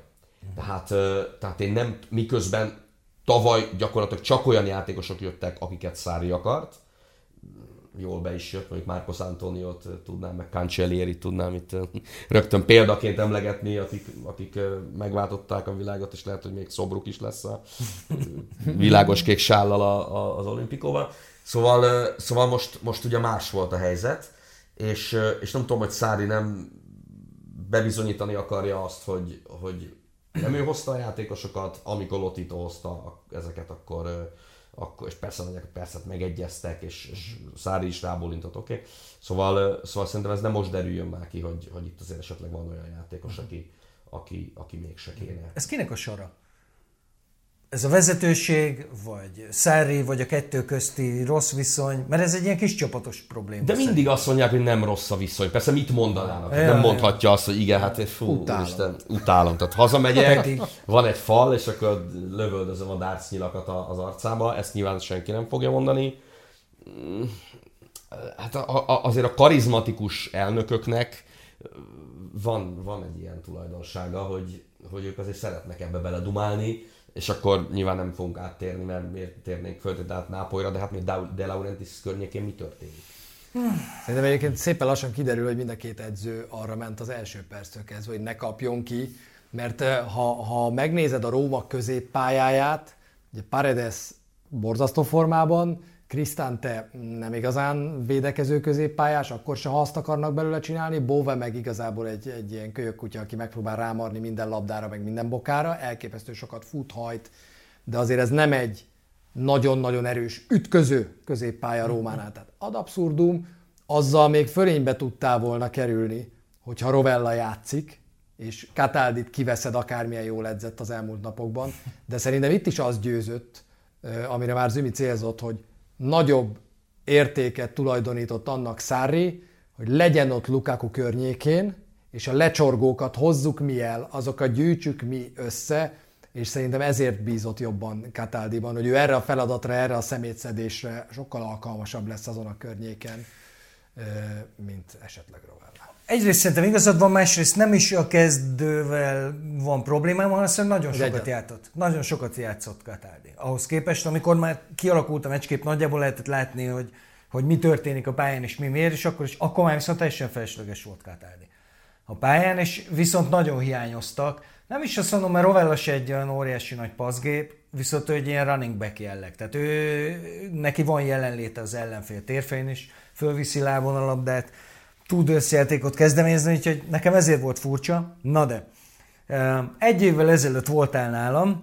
Tehát én nem, miközben tavaly gyakorlatilag csak olyan játékosok jöttek, akiket Sarri akart, jól be is jött, mondjuk Marcos Antoniót tudnám, meg Cancellieri tudnám itt rögtön példaként emlegetni, akik megváltották a világot, és lehet, hogy még szobruk is lesz a világos kék sállal az olimpikóval. Szóval most ugye más volt a helyzet, és nem tudom, hogy Sarri nem bebizonyítani akarja azt, hogy nem ő hozta a játékosokat, amikor Lotito hozta ezeket, akkor és persze megegyeztek, és Sarri is rábólintott, oké? Szóval szerintem ez nem most derüljön már ki, hogy itt azért esetleg van olyan játékos, aki mégse kéne. Ez kinek a sora? Ez a vezetőség, vagy Sarri, vagy a kettő közti rossz viszony, mert ez egy ilyen kis csapatos probléma. De mindig azt mondják, hogy nem rossz a viszony. Persze mit mondanának? Nem mondhatja azt, hogy igen, hát utálom. Tehát hazamegyek, van egy fal, és akkor lövöldözöm a dárcnyilakat az arcába. Ezt nyilván senki nem fogja mondani. Hát azért a karizmatikus elnököknek van egy ilyen tulajdonsága, hogy ők azért szeretnek ebbe beledumálni, és akkor nyilván nem fogunk áttérni, mert miért térnénk föl, át Nápolyra, de hát még De Laurentiis környékén mi történik? Szerintem egyébként szépen lassan kiderül, hogy mind a két edző arra ment az első perctől kezdve, hogy ne kapjon ki, mert ha megnézed a Róma középpályáját, ugye Paredes borzasztó formában, Cristante nem igazán védekező középpályás, akkor se ha azt akarnak belőle csinálni, Bove meg igazából egy ilyen kölyökkutya, aki megpróbál rámarni minden labdára, meg minden bokára, elképesztő sokat fut, hajt, de azért ez nem egy nagyon-nagyon erős ütköző középpálya Rómánál. Tehát ad abszurdum, azzal még fölénybe tudtál volna kerülni, hogyha Rovella játszik, és Cataldit kiveszed, akármilyen jól edzett az elmúlt napokban, de szerintem itt is az győzött, amire már Zümi célzott, hogy nagyobb értéket tulajdonított annak Sarri, hogy legyen ott Lukaku környékén, és a lecsorgókat hozzuk mi el, azokat gyűjtsük mi össze, és szerintem ezért bízott jobban Cataldiban, hogy ő erre a feladatra, erre a szemétszedésre sokkal alkalmasabb lesz azon a környéken, mint esetleg Rovella. Egyrészt szerintem igazad van, másrészt nem is a kezdővel van problémám, hanem nagyon sokat játszott Cataldi. Ahhoz képest, amikor már kialakult a meccskép, nagyjából lehetett látni, hogy mi történik a pályán és mi miért, és akkor már viszont teljesen felesleges volt Cataldi a pályán, és viszont nagyon hiányoztak. Nem is azt mondom, mert Rovella se egy olyan óriási nagy passzgép, viszont ő egy ilyen running back jelleg. Tehát neki van jelenléte az ellenfél térfején is, fölviszi lábon a labdát, tud összejátékot kezdeményezni, úgyhogy nekem ezért volt furcsa. Na de, egy évvel ezelőtt voltál nálam,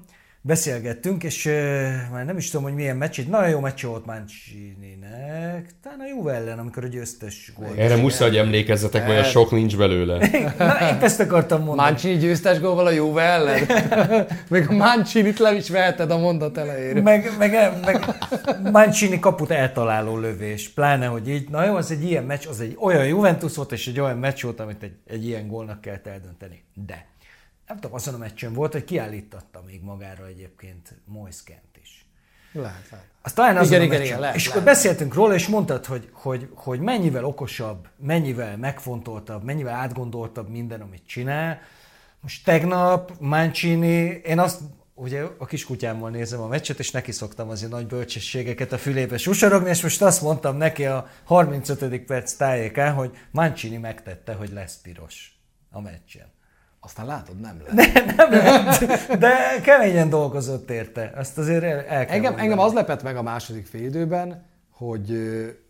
beszélgettünk, és már nem is tudom, hogy milyen meccs, nagyon jó meccs volt Mancininek, talán a Juve ellen, amikor a győztes volt. Erre muszáj, hogy emlékezzetek, mert sok nincs belőle. Na, épp ezt akartam mondani. Mancini győztes gólval a Juve ellen? Még a Mancinit le is veheted a mondat elejére. Meg Mancini kaput eltaláló lövés, pláne, hogy így. Na jó, az egy ilyen meccs, az egy olyan Juventus volt, és egy olyan meccs volt, amit egy ilyen gólnak kellett eldönteni. De nem tudom, azon a meccsen volt, hogy kiállítatta még magára egyébként Moise Keant is. Lehet. Az talán azon Igen, a meccsen. lehet, és lehet. akkor beszéltünk róla, és mondtad, hogy mennyivel okosabb, mennyivel megfontoltabb, mennyivel átgondoltabb minden, amit csinál. Most tegnap Mancini, én azt, ugye a kiskutyámmal nézem a meccset, és neki szoktam azért nagy bölcsességeket a fülébe susorogni, és most azt mondtam neki a 35. perc tájékán, hogy Mancini megtette, hogy lesz piros a meccsen. Aztán látod, nem lehet. Nem lehet, de keményen dolgozott érte. Azt azért el kell Engem az lepett meg a második félidőben, hogy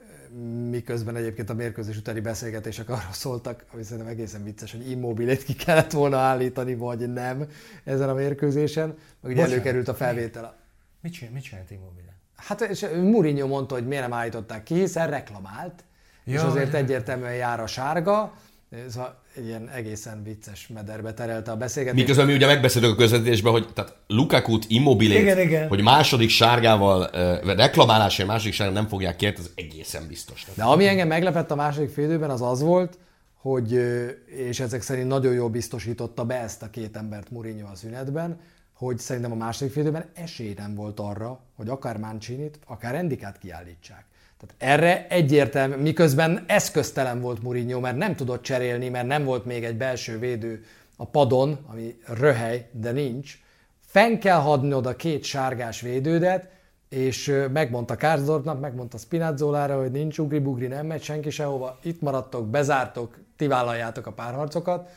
miközben egyébként a mérkőzés utáni beszélgetések arról szóltak, ami szerintem egészen vicces, hogy Immobilét ki kellett volna állítani, vagy nem ezen a mérkőzésen. Meg ugye előkerült a felvétel. Mit csinált Immobile? Hát és Mourinho mondta, hogy miért nem állították ki, hiszen reklamált, és azért egyértelműen jár a sárga. Szóval egy ilyen egészen vicces mederbe terelte a beszélgetést. Miközben mi ugye megbeszéltük a közvetítésben, hogy tehát Lukakut, Immobilét, igen. hogy második sárgával, reklamálásért második sárgával nem fogják kérni, ez egészen biztos. De ami engem meglepett a második félidőben, az volt, hogy, és ezek szerint nagyon jól biztosította be ezt a két embert Mourinho a szünetben, hogy szerintem a második félidőben esély nem volt arra, hogy akár Mancinit, akár Endikát kiállítsák. Tehát erre egyértelmű, miközben eszköztelen volt Mourinho, mert nem tudott cserélni, mert nem volt még egy belső védő a padon, ami röhely, de nincs. Fenn kell hadnod a két sárgás védődet, és megmondta Karsdorpnak, megmondta Spinazzolára, hogy nincs ugri-bugri, nem megy senki sehova, itt maradtok, bezártok, ti vállaljátok a párharcokat.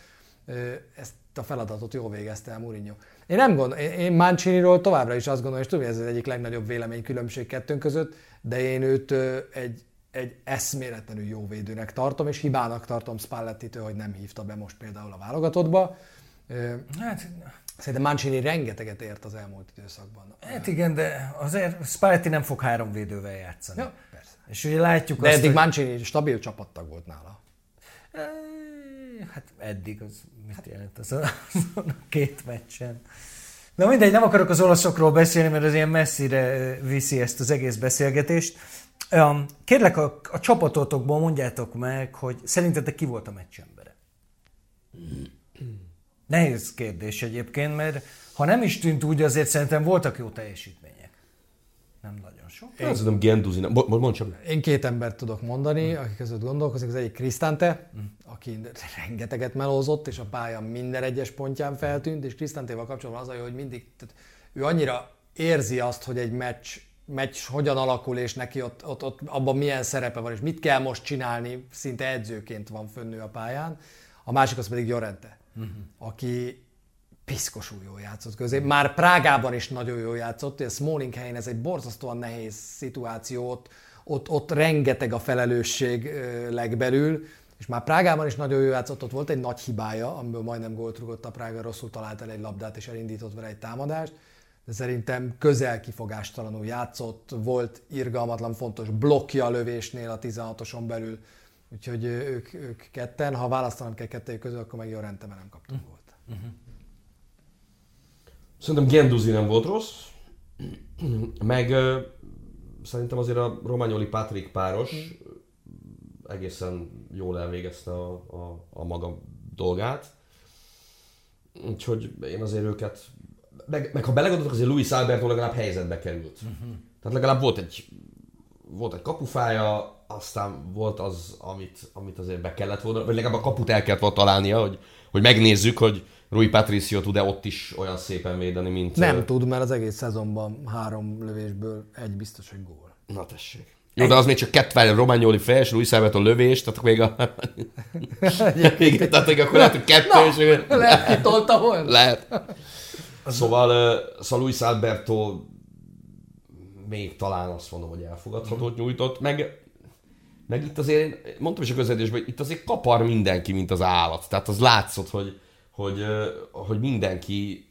Ezt a feladatot jól végezte el Mourinho. Én Manciniról továbbra is azt gondolom, és tudom, hogy ez az egyik legnagyobb véleménykülönbség kettőnk között, de én őt egy eszméletlenül jó védőnek tartom, és hibának tartom Spallettitől, hogy nem hívta be most például a válogatottba. Hát, szerintem Mancini rengeteget ért az elmúlt időszakban. Hát igen, de azért Spalletti nem fog 3 védővel játszani. Ja, persze. És ugye látjuk de azt, eddig hogy... Mancini stabil csapattag volt nála. Hát eddig az mit jelent azon a 2 meccsen. Na mindegy, nem akarok az olaszokról beszélni, mert az ilyen messzire viszi ezt az egész beszélgetést. Kérlek, a csapatotokból mondjátok meg, hogy szerintetek ki volt a meccs embere? Nehéz kérdés egyébként, mert ha nem is tűnt úgy, azért szerintem voltak jó teljesítmények. Nem nagyon sok. Én szerintem Guendouzi, mondd csak. Én 2 embert tudok mondani, akik között gondolkozik. Az egyik Cristante, aki rengeteget melózott, és a pálya minden egyes pontján feltűnt, és Cristantéval kapcsolatban az a jó, hogy mindig, tehát ő annyira érzi azt, hogy egy meccs hogyan alakul, és neki ott abban milyen szerepe van, és mit kell most csinálni, szinte edzőként van fönnő a pályán. A másik az pedig Llorente, aki piszkosul jól játszott közé. Már Prágában is nagyon jól játszott, és Smalling helyén ez egy borzasztóan nehéz szituáció, ott rengeteg a felelősség legbelül, és már Prágában is nagyon jól játszott, ott volt egy nagy hibája, amiből majdnem gólt rúgott a Prága, rosszul talált el egy labdát, és elindított vele egy támadást, de szerintem közel kifogástalanul játszott, volt irgalmatlan fontos blokkja a lövésnél a 16-oson belül, úgyhogy ők ketten, ha választanom kell kettőjük közül, akkor meg Llorente, mert nem kaptunk gólt. Szerintem Guendouzi nem volt rossz, meg szerintem azért a Romagnoli Patrick páros egészen jól elvégezte a maga dolgát. Úgyhogy én azért őket, meg ha belegondoltok, azért Luis Alberto legalább helyzetbe került. Tehát legalább volt egy kapufája, aztán volt az, amit azért be kellett volna, vagy legalább a kaput el kellett volna találnia, hogy megnézzük, hogy Rui Patricio tud-e ott is olyan szépen védeni, mint... Nem tud, mert az egész szezonban 3 lövésből 1 biztos, hogy gól. Na tessék. Jó, de az még csak 2 Romagnoli fejes, és Luis Alberto lövés, tehát még a... tehát még akkor lehet, hogy 2 és... Lehet, kitolta volna. Lehet. Szóval Luis Alberto még talán azt mondom, hogy elfogadhatót nyújtott, meg itt azért, mondtam is a közvetítésben, hogy itt azért kapar mindenki, mint az állat. Tehát az látszott, hogy mindenki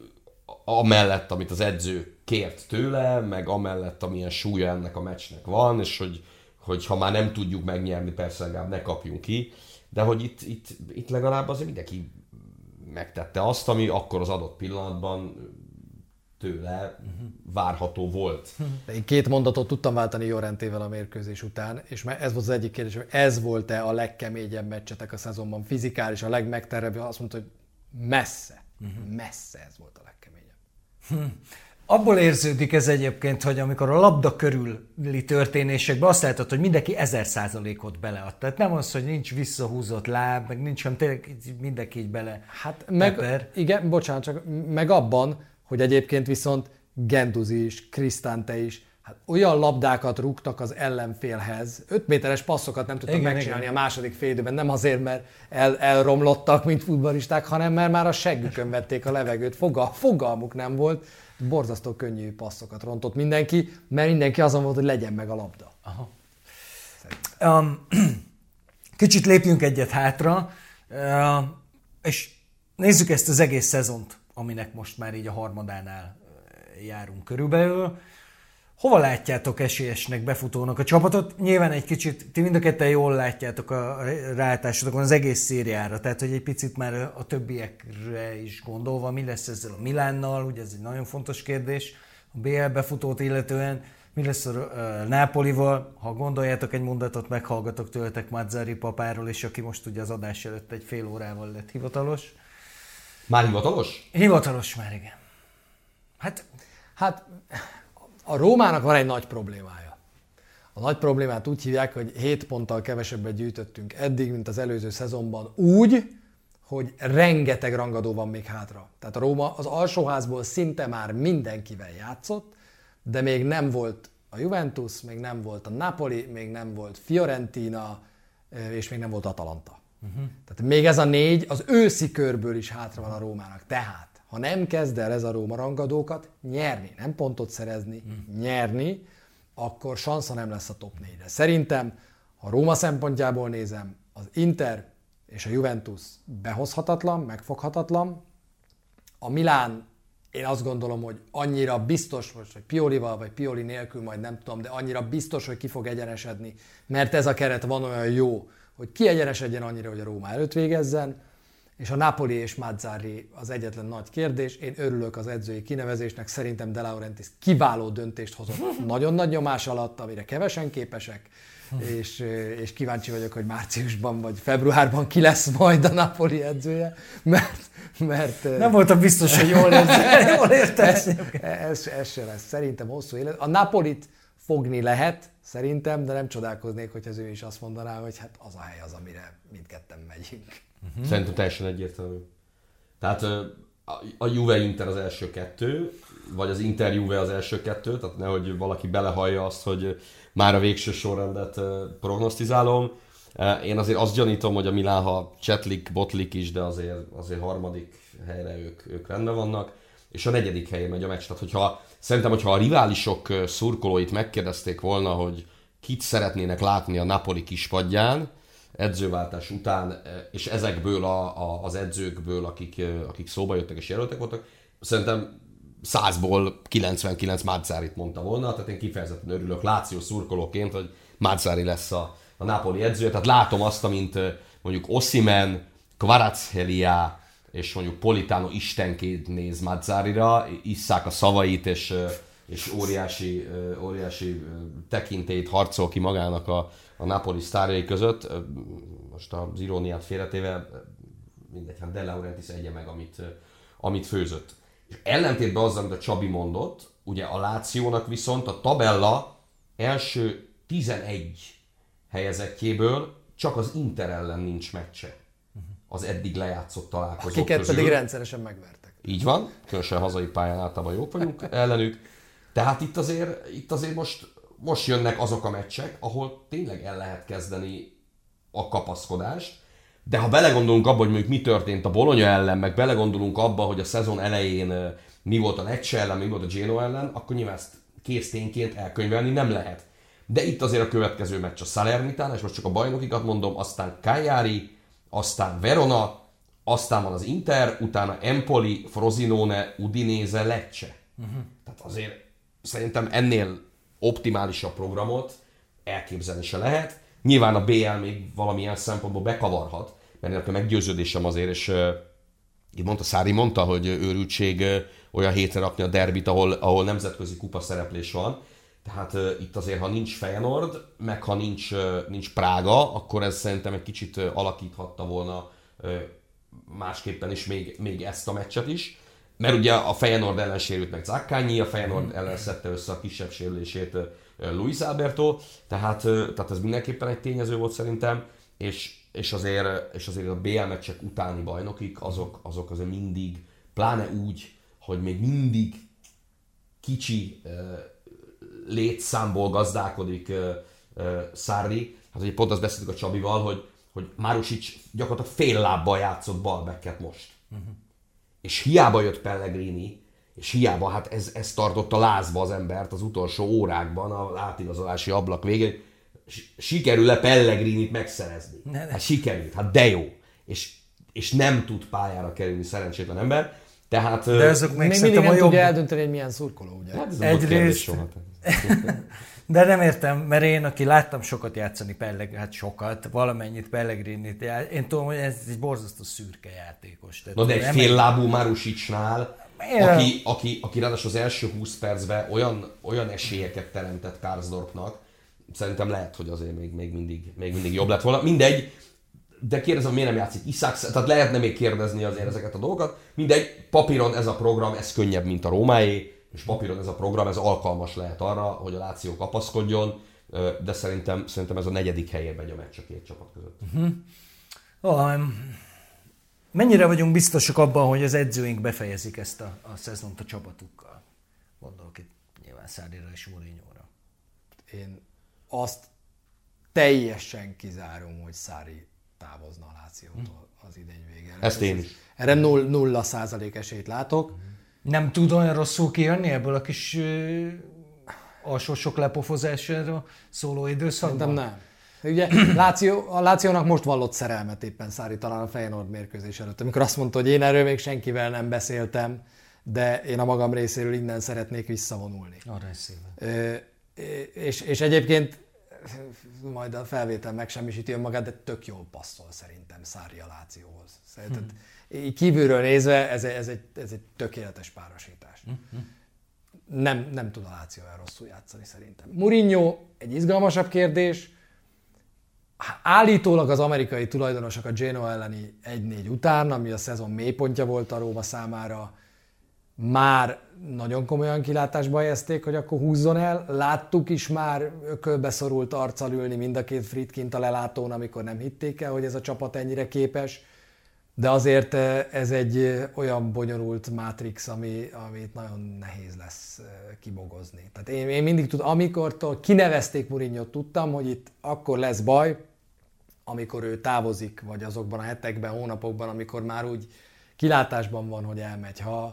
amellett, amit az edző kért tőle, meg amellett, amilyen súlya ennek a meccsnek van, és hogy ha már nem tudjuk megnyerni, persze legalább ne kapjunk ki, de hogy itt legalább azért mindenki megtette azt, ami akkor az adott pillanatban tőle várható volt. De én 2 mondatot tudtam váltani Llorentével a mérkőzés után, és ez volt az egyik kérdés, hogy ez volt-e a legkeményebb meccsetek a szezonban, fizikális, a legmegterebb, azt mondta, hogy messze ez volt a legkeményebb. Abból érződik ez egyébként, hogy amikor a labda körüli történésekben azt látod, hogy mindenki 1000%-ot belead. Tehát nem az, hogy nincs visszahúzott láb, meg nincs, hanem tényleg mindenki így bele. Hát igen, bocsánat, csak meg abban, hogy egyébként viszont Guendouzi is, Cristante is, hát olyan labdákat rúgtak az ellenfélhez, 5 méteres passzokat nem tudtak megcsinálni a második félidőben, nem azért, mert elromlottak, mint futballisták, hanem mert már a seggükön vették a levegőt, fogalmuk nem volt, borzasztó könnyű passzokat rontott mindenki, mert mindenki azon volt, hogy legyen meg a labda. Kicsit lépjünk egyet hátra, és nézzük ezt az egész szezont, aminek most már így a harmadánál járunk körülbelül. Hova látjátok esélyesnek, befutónak a csapatot? Nyilván egy kicsit, ti mind a ketten jól látjátok a ráálltásotokon az egész szériára, tehát hogy egy picit már a többiekre is gondolva, mi lesz ezzel a Milánnal, ugye ez egy nagyon fontos kérdés, a BL befutót illetően, mi lesz a Nápolival, ha gondoljátok egy mondatot, meghallgatok tőletek Mazzarri papáról, és aki most ugye az adás előtt egy fél órával lett hivatalos. Már hivatalos? Hivatalos már, igen. Hát a Rómának van egy nagy problémája. A nagy problémát úgy hívják, hogy 7 ponttal kevesebbet gyűjtöttünk eddig, mint az előző szezonban úgy, hogy rengeteg rangadó van még hátra. Tehát a Róma az alsóházból szinte már mindenkivel játszott, de még nem volt a Juventus, még nem volt a Napoli, még nem volt Fiorentina, és még nem volt Atalanta. Tehát még ez a 4 az őszi körből is hátra van a Rómának. Tehát, ha nem kezd el ez a Róma rangadókat nyerni, nem pontot szerezni, nyerni, akkor sansza nem lesz a top 4-re. Szerintem, ha a Róma szempontjából nézem, az Inter és a Juventus behozhatatlan, megfoghatatlan. A Milán, én azt gondolom, hogy annyira biztos, most, hogy Piolival vagy Pioli nélkül majd nem tudom, de annyira biztos, hogy ki fog egyenesedni, mert ez a keret van olyan jó, hogy kiegyenesedjen annyira, hogy a Róma előtt végezzen, és a Napoli és Mazzarri az egyetlen nagy kérdés. Én örülök az edzői kinevezésnek, szerintem De Laurentiis kiváló döntést hozott nagyon nagy nyomás alatt, amire kevesen képesek, és kíváncsi vagyok, hogy márciusban vagy februárban ki lesz majd a Napoli edzője, mert nem voltam biztos, hogy jól érted. Ez se lesz. Szerintem hosszú élet. A Napolit fogni lehet, szerintem, de nem csodálkoznék, hogy az ő is azt mondaná, hogy hát az a hely az, amire mindketten megyünk. Szerintem teljesen egyértelmű. Tehát a Juve-Inter az első 2, vagy az Inter-Juve az első 2, tehát nehogy valaki belehallja azt, hogy már a végső sorrendet prognosztizálom. Én azért azt gyanítom, hogy a Milán, ha csetlik, botlik is, de azért harmadik helyre ők rendben vannak, és a 4. helyen megy a meccs. Tehát szerintem, hogyha a riválisok szurkolóit megkérdezték volna, hogy kit szeretnének látni a Napoli kispadján, edzőváltás után, és ezekből az edzőkből, akik szóba jöttek és jelöltek voltak, szerintem 100-ból 99 Mazzarrit mondta volna, tehát én kifejezetten örülök Lazio szurkolóként, hogy Mazzarri lesz a Napoli edzője, tehát látom azt, amint mondjuk Osimhen, Kvaratskhelia és mondjuk Politano istenként néz Mazzarrira, isszák a szavait, és óriási tekintélyt harcol ki magának a Napoli sztárjai között. Most az iróniát félretéve, mindegy, hát De Laurentiis egye meg, amit főzött. És ellentétben azzal, amit a Csabi mondott, ugye a Lációnak viszont a tabella első 11 helyezettjéből csak az Inter ellen nincs meccse az eddig lejátszott találkozók akiket közül. pedig rendszeresen megvertek. Így van, különösen hazai pályán általában jók vagyunk ellenük. Tehát itt azért most jönnek azok a meccsek, ahol tényleg el lehet kezdeni a kapaszkodást, de ha belegondolunk abba, hogy mondjuk mi történt a Bologna ellen, meg belegondolunk abba, hogy a szezon elején mi volt a Lecce ellen, mi volt a Genoa ellen, akkor nyilván ezt kész tényként elkönyvelni nem lehet. De itt azért a következő meccs a Salernitán, és most csak a bajnokikat mondom, aztán Cagliari, aztán Verona, aztán van az Inter, utána Empoli, Frosinone, Udinese, Lecce. Tehát azért szerintem ennél optimálisabb programot elképzelni se lehet. Nyilván a BL még valamilyen szempontból bekavarhat, mert nekem meggyőződésem azért, és itt Szári mondta, hogy őrültség olyan hétre rakni a derbit, ahol nemzetközi kupa szereplés van. Tehát itt azért, ha nincs Feyenoord, meg ha nincs Prága, akkor ez szerintem egy kicsit alakíthatta volna másképpen is még ezt a meccset is. Mert ugye a Feyenoord ellen sérült meg Zaccagni, a Feyenoord ellen szedte össze a kisebb sérülését Luis Alberto, tehát ez mindenképpen egy tényező volt szerintem, és azért a BL meccsek utáni bajnokik, azok azért mindig, pláne úgy, hogy még mindig kicsi létszámból gazdálkodik Sarri. Hát ugye pont azt beszéltük a Csabival, hogy Marusic gyakorlatilag fél lábbal játszott balbacket most. És hiába jött Pellegrini, és hiába hát ez tartotta lázba az embert az utolsó órákban, az átigazolási ablak végén, sikerül-e Pellegrinit megszerezni? Hát sikerült, hát de jó. És nem tud pályára kerülni szerencsétlen ember. Tehát, de ezek még mindig nem tudja eldönteni, hogy milyen szurkoló, ugye? Hát ez egyrészt, de nem értem, mert én, aki láttam sokat játszani hát sokat, valamennyit Pellegrinit, én tudom, hogy ez egy borzasztó szürke játékos. Na de egy féllábú Marusicnál, aki ráadásul az első 20 percben olyan esélyeket teremtett Karsdorpnak, szerintem lehet, hogy azért még mindig jobb lett volna. Mindegy, de kérdezem, miért nem játszik Isak, tehát lehetne még kérdezni azért ezeket a dolgokat. Mindegy, papíron ez a program, ez könnyebb, mint a Rómáé, és papíron ez a program, ez alkalmas lehet arra, hogy a Lazio kapaszkodjon, de szerintem ez a 4. helyén megy a meccs a két csapat között. Mennyire vagyunk biztosak abban, hogy az edzőink befejezik ezt a szezont a csapatukkal? Gondolok itt nyilván Sarrira és Mourinhóra. Én azt teljesen kizárom, hogy Sarri távozna a Lációtól az idény végén. Ezt én is. Erre 0% esélyt látok. Nem tud olyan rosszul kijönni ebből a kis alsósok lepofozására szóló időszakban? Szerintem nem. Ugye a Lációnak most vallott szerelmet éppen Sarri talán a Feyenoord mérkőzés előtt, amikor azt mondta, hogy én erről még senkivel nem beszéltem, de én a magam részéről innen szeretnék visszavonulni. Arra is szépen. És egyébként majd a felvétel megsemmisíti önmagát, de tök jól passzol szerintem Sarri a Lációhoz. Kívülről nézve ez egy tökéletes párosítás. Nem tud a Láció olyan rosszul játszani szerintem. Mourinho egy izgalmasabb kérdés. Állítólag az amerikai tulajdonosok a Genoa elleni 1-4 után, ami a szezon mélypontja volt a Róma számára, már nagyon komolyan kilátásba helyezték, hogy akkor húzzon el. Láttuk is már ökölbe szorult arccal ülni mind a két Friedkint a lelátón, amikor nem hitték el, hogy ez a csapat ennyire képes. De azért ez egy olyan bonyolult mátrix, amit nagyon nehéz lesz kibogozni. Tehát én mindig tudom, amikortól kinevezték Mourinhot, tudtam, hogy itt akkor lesz baj, amikor ő távozik, vagy azokban a hetekben, hónapokban, amikor már úgy kilátásban van, hogy elmegy.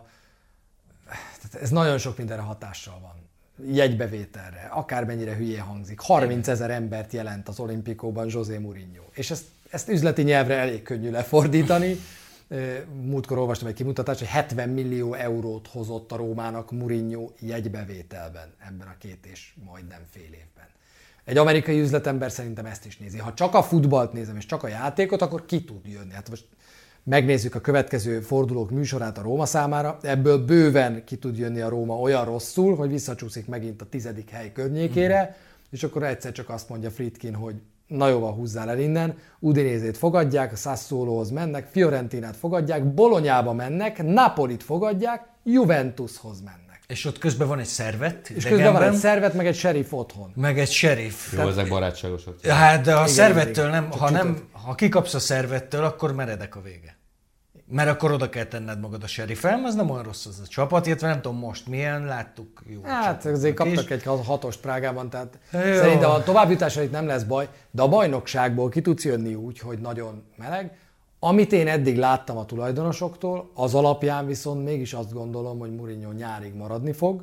Tehát ez nagyon sok mindenre hatással van. Jegybevételre, akármennyire hülyén hangzik. 30 000 embert jelent az Olimpikóban José Mourinho. És ezt üzleti nyelvre elég könnyű lefordítani. Múltkor olvastam egy kimutatást, hogy 70 millió eurót hozott a Rómának Mourinho jegybevételben ebben a 2 és majdnem fél évben. Egy amerikai üzletember szerintem ezt is nézi. Ha csak a futballt nézem és csak a játékot, akkor ki tud jönni. Hát most megnézzük a következő fordulók műsorát a Róma számára, ebből bőven ki tud jönni a Róma olyan rosszul, hogy visszacsúszik megint a 10. hely környékére, és akkor egyszer csak azt mondja Friedkin, hogy na jóval húzzál el innen, Udinézét fogadják, a Sassuolohoz mennek, Fiorentinát fogadják, Bolognába mennek, Napolit fogadják, Juventushoz mennek. És ott közben van egy szervet. És közben van egy szervet, meg egy sheriff otthon. Meg egy sheriff. Jó, ezek barátságosak. Hát, de a szervettől nem, ha kikapsz a szervettől, akkor meredek a vége. Mert akkor oda kell tenned magad a sheriffem, az nem olyan rossz az a csapat, illetve nem tudom most milyen, láttuk jó. Hát azért kaptak egy 6-ost Prágában, tehát szerintem a továbbjutásra itt nem lesz baj, de a bajnokságból ki tudsz jönni úgy, hogy nagyon meleg. Amit én eddig láttam a tulajdonosoktól, az alapján viszont mégis azt gondolom, hogy Mourinho nyárig maradni fog,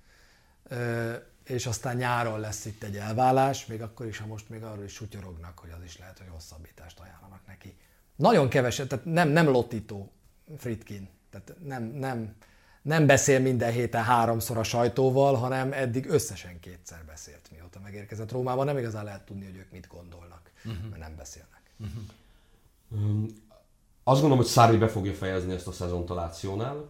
és aztán nyáron lesz itt egy elválás, még akkor is, ha most még arról is sutyorognak, hogy az is lehet, hogy hosszabbítást ajánlanak neki. nagyon keveset, tehát nem lotító Friedkin. Tehát nem beszél minden héten 3-szor a sajtóval, hanem eddig összesen 2-szer beszélt, mióta megérkezett Rómában. Nem igazán lehet tudni, hogy ők mit gondolnak, mert nem beszélnek. Azt gondolom, hogy Sarri be fogja fejezni ezt a szezont a Lációnál.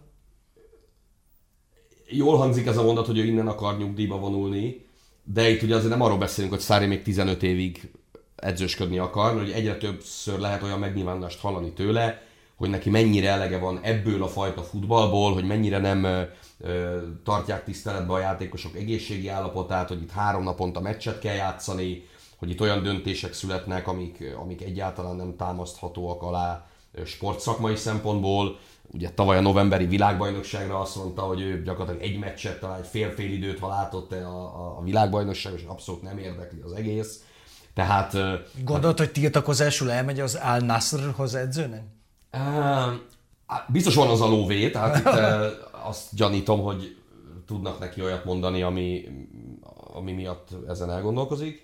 Jól hangzik ez a mondat, hogy ő innen akar nyugdíjba vonulni, de itt ugye azért nem arról beszélünk, hogy Sarri még 15 évig edzősködni akar, mert egyre többször lehet olyan megnyilvánulást hallani tőle, hogy neki mennyire elege van ebből a fajta futballból, hogy mennyire nem tartják tiszteletbe a játékosok egészségi állapotát, hogy itt 3 naponta meccset kell játszani, hogy itt olyan döntések születnek, amik egyáltalán nem támaszthatóak alá sportszakmai szempontból. Ugye tavaly a novemberi világbajnokságra azt mondta, hogy ő gyakorlatilag egy meccset, talán egy fél időt, ha látott a világbajnokság, és abszolút nem érdekli az egész. Tehát... Gondolod, hogy tiltakozásul elmegy az Al-Nassrhoz edzőnek? Biztos van az a lóvé, tehát itt azt gyanítom, hogy tudnak neki olyat mondani, ami miatt ezen elgondolkozik.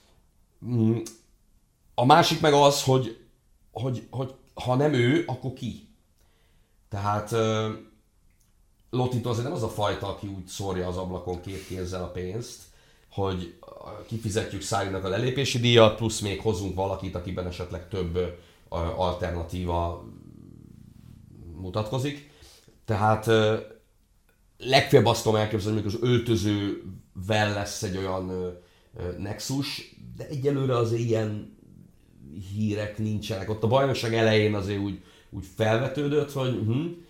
A másik meg az, hogy ha nem ő, akkor ki? Tehát Lotito azért nem az a fajta, aki úgy szórja az ablakon 2 kézzel a pénzt, hogy kifizetjük Sarrinak a lelépési díjat, plusz még hozunk valakit, akiben esetleg több alternatíva mutatkozik. Tehát legfeljebb azt tudom elképzelni, hogy az öltözővel lesz egy olyan nexus, de egyelőre azért ilyen hírek nincsenek. Ott a bajnokság elején azért úgy felvetődött, hogy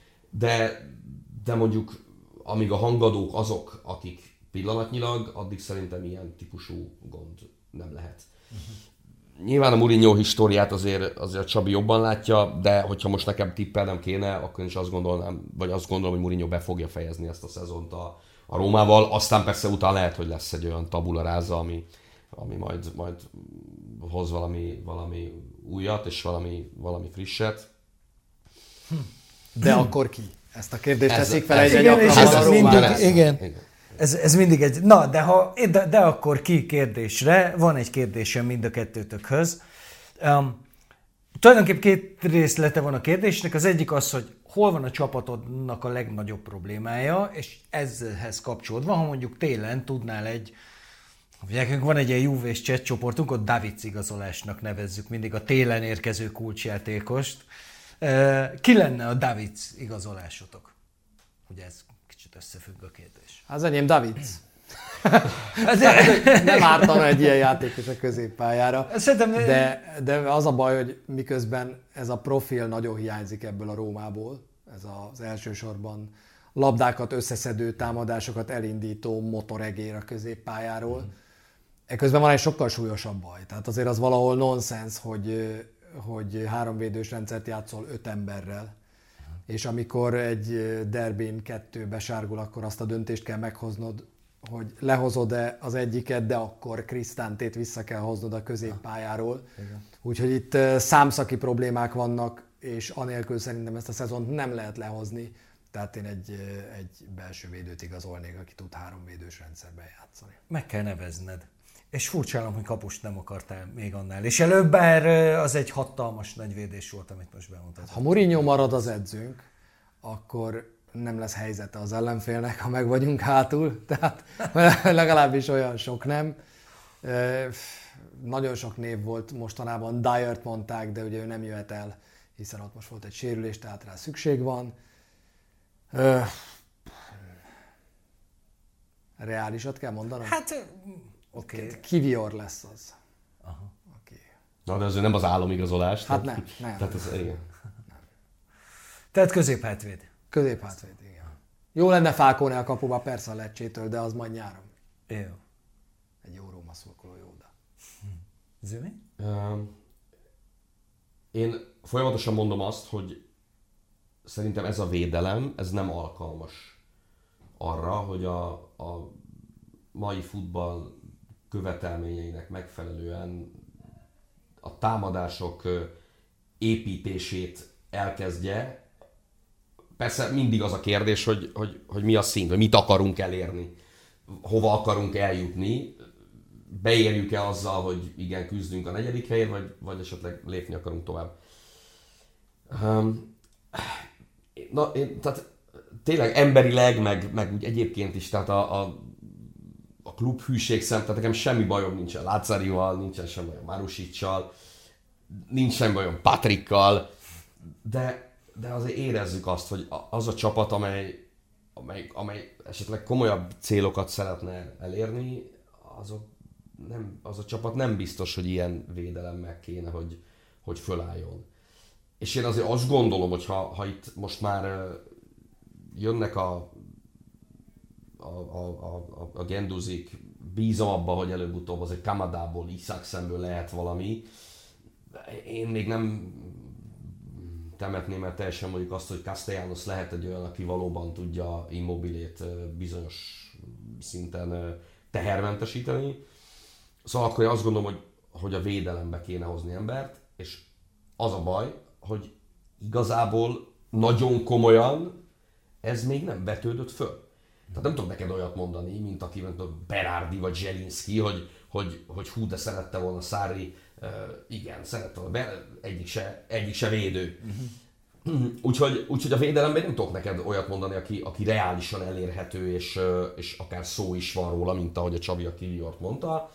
de mondjuk amíg a hangadók azok, akik pillanatnyilag, addig szerintem ilyen típusú gond nem lehet. Nyilván a Mourinho históriát azért Csabi jobban látja, de hogyha most nekem tippelnem kéne, akkor én is azt gondolom, hogy Mourinho be fogja fejezni ezt a szezont a Rómával. Aztán persze utána lehet, hogy lesz egy olyan tabula rasa, ami majd hoz valami újat és valami frisset. De akkor ki? Ezt a kérdést teszik fel egyre gyakrabban a Rómában. Igen. Ez mindig egy... Na, de akkor ki kérdésre? Van egy kérdésem mind a kettőtökhöz. Tulajdonképpen 2 részlete van a kérdésnek. Az egyik az, hogy hol van a csapatodnak a legnagyobb problémája, és ezhez kapcsolódva, ha mondjuk télen tudnál nekünk van egy ilyen Juve-s chat csoportunk, ott Davids igazolásnak nevezzük mindig a télen érkező kulcsjátékost. Ki lenne a Davids igazolásotok? Ugye ez kicsit összefügg a kérdés. Az enyém Davids. Nem ártana egy ilyen játékos a középpályára. De az a baj, hogy miközben ez a profil nagyon hiányzik ebből a Rómából, ez az elsősorban labdákat összeszedő, támadásokat elindító motoregér a középpályáról. Ekközben van egy sokkal súlyosabb baj. Tehát azért az valahol nonsens, hogy 3 védős rendszert játszol 5 emberrel, és amikor egy derbén 2 besárgul, akkor azt a döntést kell meghoznod, hogy lehozod-e az egyiket, de akkor Cristantét vissza kell hoznod a középpályáról. Úgyhogy itt számszaki problémák vannak, és anélkül szerintem ezt a szezont nem lehet lehozni. Tehát én egy belső védőt igazolnék, aki tud 3 védős rendszerben játszani. Meg kell nevezned. És furcsálom, hogy kapust nem akartál még annál. És előbb bár az egy hatalmas nagy védés volt, amit most bemutatott. Ha Mourinho marad az edzőnk, akkor nem lesz helyzete az ellenfélnek, ha meg vagyunk hátul. Tehát legalábbis olyan sok nem. Nagyon sok név volt mostanában, Dyert mondták, de ugye ő nem jöhet el, hiszen ott most volt egy sérülés, tehát rá szükség van. Reálisat kell mondanom? Hát, oké. Kivior lesz az. Aha. Okay. Na, de azért nem az álomigazolás. Hát nem. Tehát ez, igen. Tehát középhátvéd. Középhátvéd, igen. Jó lenne Falcone a kapuba, persze a Lecce-től, de az majd nyáron. Jó. Egy jó Róma szurkoló, jó, de. Zümi? Én folyamatosan mondom azt, hogy szerintem ez a védelem, ez nem alkalmas arra, hogy a mai futball követelményeinek megfelelően a támadások építését elkezdje. Persze mindig az a kérdés, hogy mi a szint, hogy mit akarunk elérni, hova akarunk eljutni, beérjük-e azzal, hogy igen, küzdünk a 4. helyért, vagy esetleg lépni akarunk tovább. Tehát tényleg emberileg, meg úgy egyébként is, tehát a klub hűség szem, tehát nekem semmi bajom nincsen Lázarival, nincsen semmi bajom Marusicsal, nincs semmi bajom Patrickkal, de azért érezzük azt, hogy az a csapat, amely esetleg komolyabb célokat szeretne elérni, az a csapat nem biztos, hogy ilyen védelemmel kéne, hogy fölálljon. És én azért azt gondolom, hogy ha itt most már jönnek a Genduzik, bízom abban, hogy előbb-utóbb azért Kamadából, Isaacsenből lehet valami. Én még nem temetném el teljesen mondjuk azt, hogy Castellanos lehet egy olyan, aki valóban tudja Immobilét bizonyos szinten tehermentesíteni. Szóval akkor én azt gondolom, hogy a védelembe kéne hozni embert, és az a baj, hogy igazából nagyon komolyan ez még nem vetődött föl. Tehát nem tudok neked olyat mondani, mint aki Berardi vagy Zselinszky, hogy hú, de szerette volna Sarri, igen, szerette volna, egyik se védő. Úgyhogy a védelemben nem tudok neked olyat mondani, aki reálisan elérhető, és akár szó is van róla, mint ahogy a Csabi a Kiliort mondta.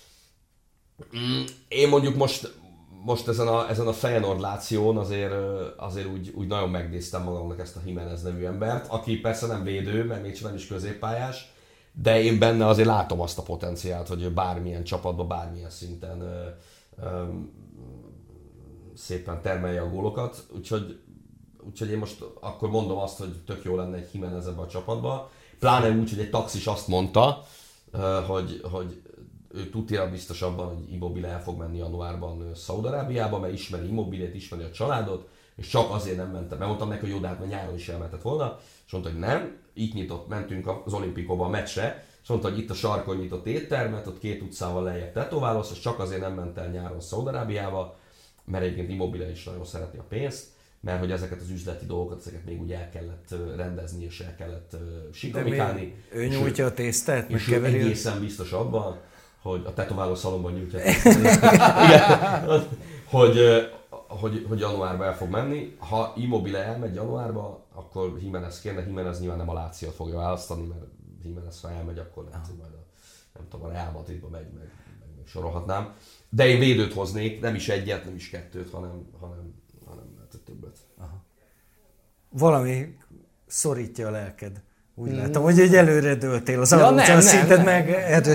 Én mondjuk most ezen a Feyenoord Láción azért úgy nagyon megnéztem magamnak ezt a Jimenez nevű embert, aki persze nem védő, mert még nem is középpályás, de én benne azért látom azt a potenciált, hogy bármilyen csapatban, bármilyen szinten szépen termelje a gólokat, úgyhogy én most akkor mondom azt, hogy tök jó lenne egy Jimenez ebbe a csapatba, pláne úgy, hogy egy taxis azt mondta, hogy ő tutira biztos abban, hogy Immobile el fog menni januárban Szaúd-Arábiába, mert ismeri Immobilét, ismeri a családot, és csak azért nem mentem. Mert mondtam neki, hogy jó, de hát már nyáron is elmentett volna, és mondta, hogy nem, így mentünk az Olimpikóba a meccsre, és mondta, hogy itt a sarkon nyitott éttermet, ott 2 utcával lejjebb tetoválóz, és csak azért nem ment el nyáron Szaúd-Arábiába, mert egyébként Immobile is nagyon szereti a pénzt, mert hogy ezeket az üzleti dolgokat, ezeket még úgy el kellett rendezni, és el kellett sikomikálni. Ő nyújtja a tésztát, és ő egészen biztos abban, hogy a tetováló szalomban nyújtja hogy januárban el fog menni. Ha Immobile elmegy januárba, akkor Jimenez kérne, Jimenez nyilván nem a Lációt fogja választani, mert Jimenez ha elmegy, akkor lehet, hogy majd a Real Madridba megy, meg sorolhatnám. De én védőt hoznék, nem is egyet, nem is kettőt, hanem lehet többet. Aha. Valami szorítja a lelked. Úgy látom, hogy egy előre dőltél az arról szinted meg.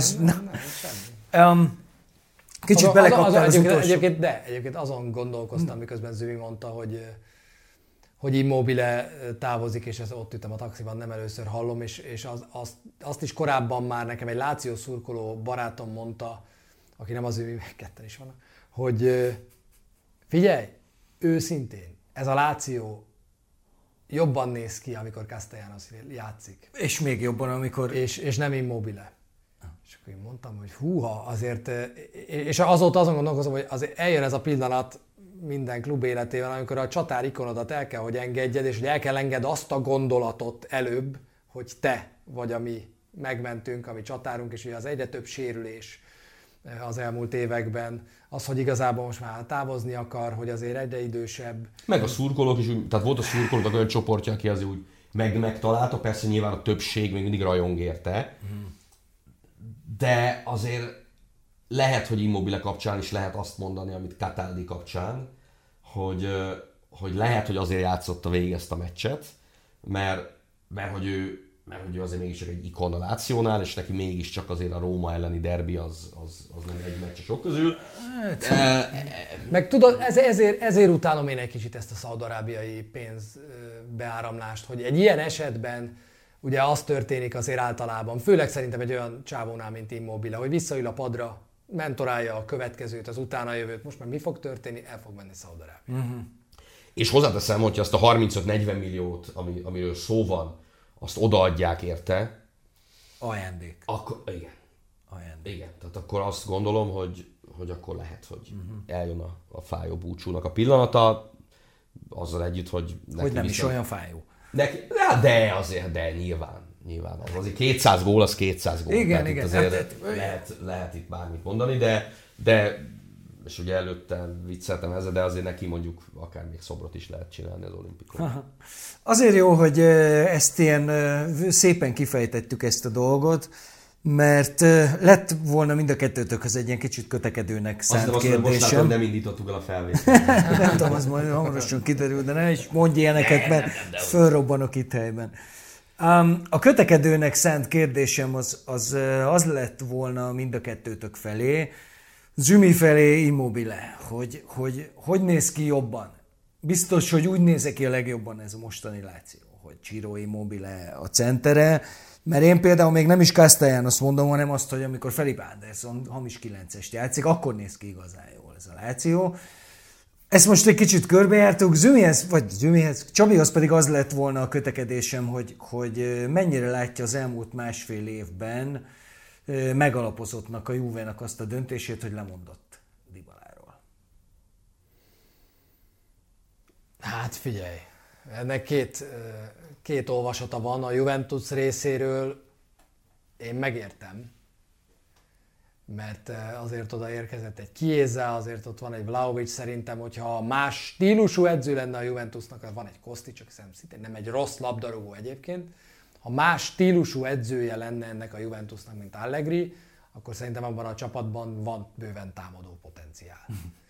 Kicsit belekaptál az utolsó. Egyébként azon gondolkoztam, miközben Züvi mondta, hogy Immobile távozik, és ezt ott ütem a taxiban, nem először hallom, és azt is korábban már nekem egy Láció szurkoló barátom mondta, aki nem az Züvi, meg ketten is vannak, hogy figyelj, őszintén, ez a Láció jobban néz ki, amikor Castellanos játszik. És még jobban, amikor... És nem Immobile. És akkor én mondtam, hogy húha, azért... És azóta azon gondolkozom, hogy azért eljön ez a pillanat minden klub életében, amikor a csatár ikonodat el kell, hogy engedjed, és hogy el kell engedd azt a gondolatot előbb, hogy te vagy a mi megmentünk, a mi csatárunk, és ugye az egyre több sérülés az elmúlt években, az, hogy igazából most már távozni akar, hogy azért egyre idősebb. Meg a szurkolók is, tehát volt a szurkolók olyan csoportja, aki azért úgy megtalálta, persze nyilván a többség még mindig rajong érte, de azért lehet, hogy Immobile kapcsán is lehet azt mondani, amit Cataldi kapcsán, hogy lehet, hogy azért játszotta végig ezt a meccset, mert hogy ő azért mégiscsak egy ikon a Lációnál, és neki mégiscsak azért a Róma elleni derbi az nem egy meccs sok közül. Meg tudod, ezért utálom én egy kicsit ezt a szaúd-arábiai pénzbeáramlást, hogy egy ilyen esetben ugye az történik azért általában, főleg szerintem egy olyan csávónál, mint Immobile, hogy visszaül a padra, mentorálja a következőt, az utána jövőt, most már mi fog történni? El fog menni Szaúd-Arábia. Uh-huh. És hozzáteszem, hogyha azt a 35-40 milliót, amiről szó van, azt odaadják érte. Ajándék. Akkor, igen. Ajándék. Igen, tehát akkor azt gondolom, hogy akkor lehet, hogy eljön a fájó búcsúnak a pillanata, azzal együtt, hogy... Hogy nem is olyan fájó. De nyilván az. Azért 200 gól, az 200 gól. Igen. Azért lehet itt bármit mondani, de és ugye előtte vicceltem ezzel, de azért neki mondjuk akár még szobrot is lehet csinálni az olimpikon. Azért jó, hogy ezt ilyen szépen kifejtettük ezt a dolgot, mert lett volna mind a kettőtökhöz egy ilyen kicsit kötekedőnek szánt kérdésem. Most látom, nem indítottuk el a felvételt. Nem tudom, az majd hamarosan kiderül, de ne is mondj ilyeneket, mert fölrobbanok itt helyben. A kötekedőnek szánt kérdésem az lett volna mind a kettőtök felé, Zümi felé, Immobile, hogy néz ki jobban? Biztos, hogy úgy néz ki a legjobban ez a mostani Lazio, hogy Ciro Immobile a centere, mert én például még nem is Castellanost mondom, hanem azt, hogy amikor Felipe Anderson hamis 9-est játszik, akkor néz ki igazán jól ez a Lazio. Ezt most egy kicsit körbejártuk, Csabihoz pedig az lett volna a kötekedésem, hogy mennyire látja az elmúlt másfél évben megalapozottnak a Juve-nak azt a döntését, hogy lemondott Dybaláról. Hát figyelj, ennek két olvasata van a Juventus részéről, én megértem, mert azért oda érkezett egy Chiesa, azért ott van egy Vlahovic, szerintem, hogyha más stílusú edző lenne a Juventusnak, van egy Kosti, csak szintén nem egy rossz labdarúgó egyébként, ha más stílusú edzője lenne ennek a Juventusnak, mint Allegri, akkor szerintem abban a csapatban van bőven támadó potenciál.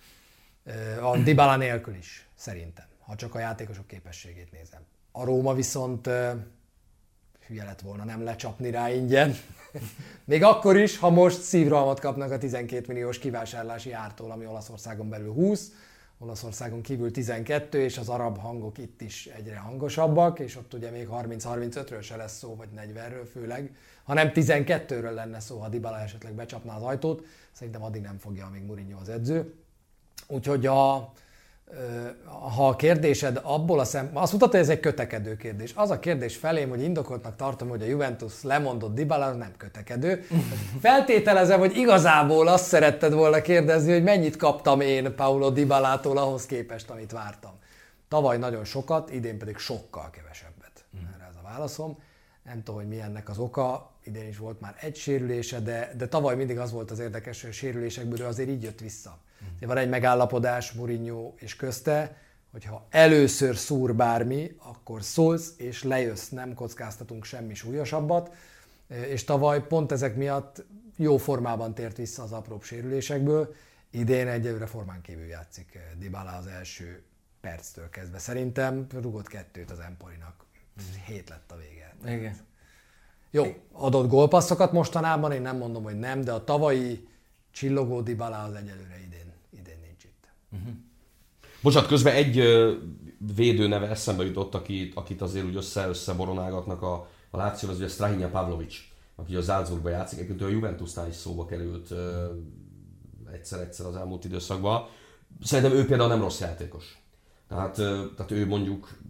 A Dybala nélkül is, szerintem, ha csak a játékosok képességét nézem. A Róma viszont hülye lett volna nem lecsapni rá ingyen. Még akkor is, ha most szívrohamot kapnak a 12 milliós kivásárlási ártól, ami Olaszországon belül 20, Olaszországon kívül 12, és az arab hangok itt is egyre hangosabbak, és ott ugye még 30-35-ről se lesz szó, vagy 40-ről főleg, hanem 12-ről lenne szó, ha Dybala esetleg becsapná az ajtót. Szerintem addig nem fogja, amíg Mourinho az edző. Úgyhogy ha a kérdésed abból azt mutatja, hogy ez egy kötekedő kérdés. Az a kérdés felém, hogy indokoltnak tartom, hogy a Juventus lemondott Dybaláról, nem kötekedő. Feltételezem, hogy igazából azt szeretted volna kérdezni, hogy mennyit kaptam én Paulo Dybalától ahhoz képest, amit vártam. Tavaly nagyon sokat, idén pedig sokkal kevesebbet. Erre ez a válaszom. Nem tudom, hogy mi ennek az oka. Idén is volt már egy sérülése, de tavaly mindig az volt az érdekes, hogy a sérülésekből azért így jött vissza. Van egy megállapodás Mourinho és közte, hogyha először szúr bármi, akkor szólsz és lejössz, nem kockáztatunk semmi súlyosabbat, és tavaly pont ezek miatt jó formában tért vissza az apróbb sérülésekből, idén egyelőre formán kívül játszik Dybala az első perctől kezdve. Szerintem rugott 2-t az Empolinak, 7 lett a vége. Igen. Jó, adott gólpasszokat mostanában, én nem mondom, hogy nem, de a tavalyi csillogó Dybala az egyelőre idén nincs itt. Bocsánat, közben egy védő neve eszembe jutott, akit azért úgy összeboronálgatnak a Lazio, az ugye Strahinja Pavlovic, aki a Salzburgban játszik, egyébként a Juventusnál is szóba került egyszer az elmúlt időszakban. Szerintem ő például nem rossz játékos. Tehát ő mondjuk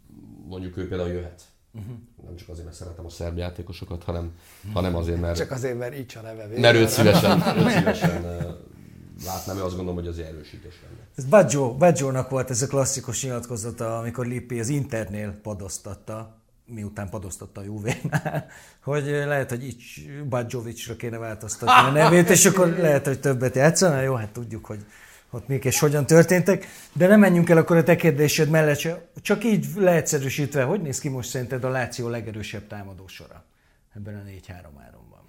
ő például jöhet. Nem csak azért, mert szeretem a szerb játékosokat, hanem azért, mert... Csak azért, mert így a neve vége. Mert őt szívesen látnám, ő azt gondolom, hogy azért erősítés lenne. Ez Baggio-nak volt ez a klasszikus nyilatkozata, amikor Lippi az Internél padoztatta, miután padoztatta a Juvénál, hogy lehet, hogy így Baggiovicsra kéne változtatni a nevét, és akkor lehet, hogy többet játszana. Jó, hát tudjuk, hogy ott még és hogyan történtek, de nem menjünk el akkor a te kérdésed mellett, csak így leegyszerűsítve, hogy néz ki most szerinted a Lazio legerősebb támadósora ebben a 4-3-3-ban?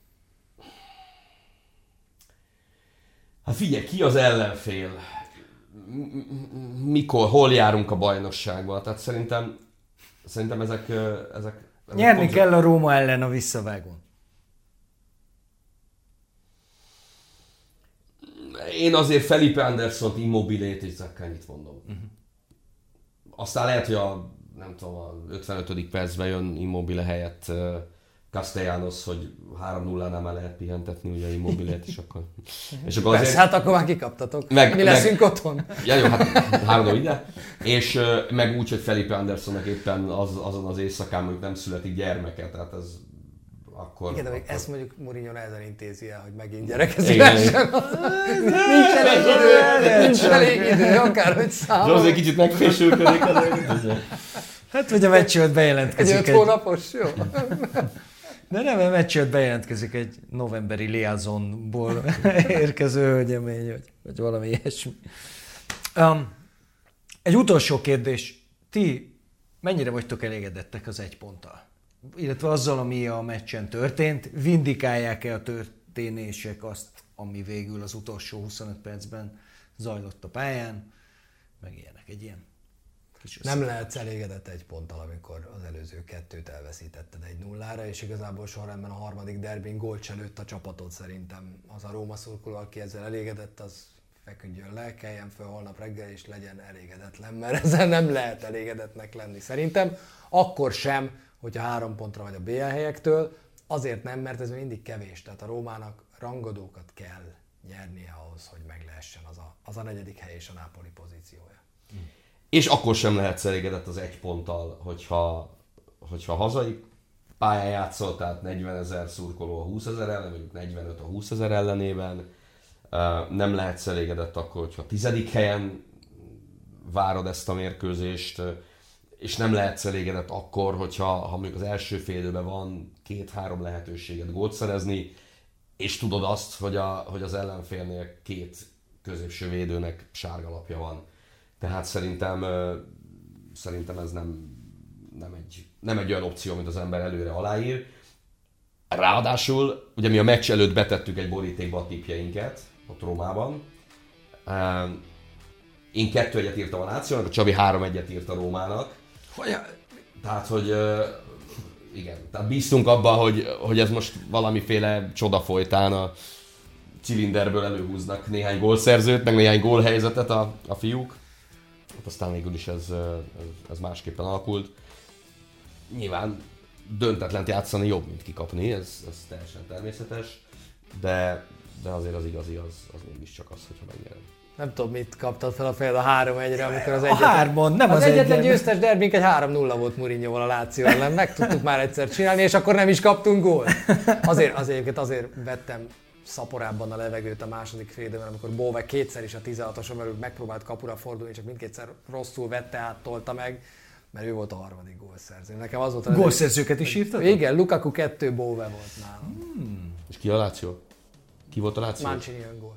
Hát figyelj, ki az ellenfél? Mikor, hol járunk a bajnokságban? Tehát szerintem ezek nyerni kell a Róma ellen a visszavágón. Én azért Felipe Andersont, Immobilét és Zaccagnyt mondom. Aztán lehet, hogy a 55. percben jön Immobile helyett Castellanos, hogy 3-0-nál már lehet pihentetni ugye Immobilét, és akkor persze, azért... hát akkor már kikaptatok. Mi leszünk otthon. Ja, jó, hát 3 ide. És meg úgy, hogy Felipe Andersonnak éppen azon az éjszakán mondjuk nem születik gyermeke, tehát ez akkor... Igen, de még ezt mondjuk Mourinho nehezen intézi el, hogy megint gyerekezik. Nincs elég idő, akárhogy számol. Zsózé kicsit megfésülködik azért. Hát, hogy a meccs előtt bejelentkezik. Egy 5 hónapos, jó? De nem, a meccsért bejelentkezik egy novemberi liaisonból érkező hölgyemény, vagy valami ilyesmi. Egy utolsó kérdés. Ti mennyire vagytok elégedettek az 1 ponttal? Illetve azzal, ami a meccsen történt, vindikálják-e a történések azt, ami végül az utolsó 25 percben zajlott a pályán, meg ilyenek, egy ilyen kis Nem lehetsz elégedett 1 ponttal, amikor az előző 2-t elveszítetted 1-0-ra, és igazából sorrendben a harmadik derbin gólt se lőtt a csapatot szerintem. Az a Róma szurkoló, aki ezzel elégedett, az feküdjön le, keljen föl holnap reggel, és legyen elégedetlen, mert ezzel nem lehet elégedetnek lenni. Szerintem akkor sem, hogyha 3 pontra vagy a BL helyektől, azért nem, mert ez mindig kevés. Tehát a Rómának rangadókat kell nyernie ahhoz, hogy meg lehessen az a 4. hely és a Napoli pozíciója. És akkor sem lehetsz elégedett az 1 ponttal, hogyha hazai pályán játszol, tehát 40 000 szurkoló a 20 000 ellen, mondjuk 45 a 20 000 ellenében. Nem lehetsz elégedett akkor, hogyha 10. helyen várod ezt a mérkőzést, és nem lehetsz elégedett akkor, hogyha mondjuk az első fél időben van 2-3 lehetőséged gólt szerezni, és tudod azt, hogy az ellenfélnél 2 középső védőnek sárga lapja van. Tehát szerintem ez nem egy olyan opció, mint az ember előre aláír. Ráadásul, ugye mi a meccs előtt betettük egy borítékba a tippjeinket, ott Rómában. Én 2-1-et írtam a Lációnak, a Csabi 3-1-et írt a Rómának. Tehát, hogy igen, tehát bíztunk abban, hogy ez most valamiféle csoda folytán a cilinderből előhúznak néhány gólszerzőt, meg néhány gólhelyzetet a fiúk. Aztán végül is ez másképpen alakult. Nyilván döntetlent játszani jobb, mint kikapni, ez teljesen természetes, de azért az igazi az mégiscsak az, hogyha megnyered. Nem tudom, mit kaptad fel a fejed a 3-1-re, amikor az egyetlen győztes derbink egy 3-0 volt Mourinhoval a Láció ellen. Meg tudtuk már egyszer csinálni, és akkor nem is kaptunk gólt. Azért vettem szaporábban a levegőt a második fél időben, amikor Bove kétszer is a 16-oson belül megpróbált kapura fordulni, csak mindkétszer rosszul vette át, tolta meg, mert ő volt a harmadik gólszerző. Nekem az volt a gólszerzőket is írtad? Igen, Lukaku 2, Bove volt nálam. És ki a Láció? Ki volt a Láció? Mancini öngól.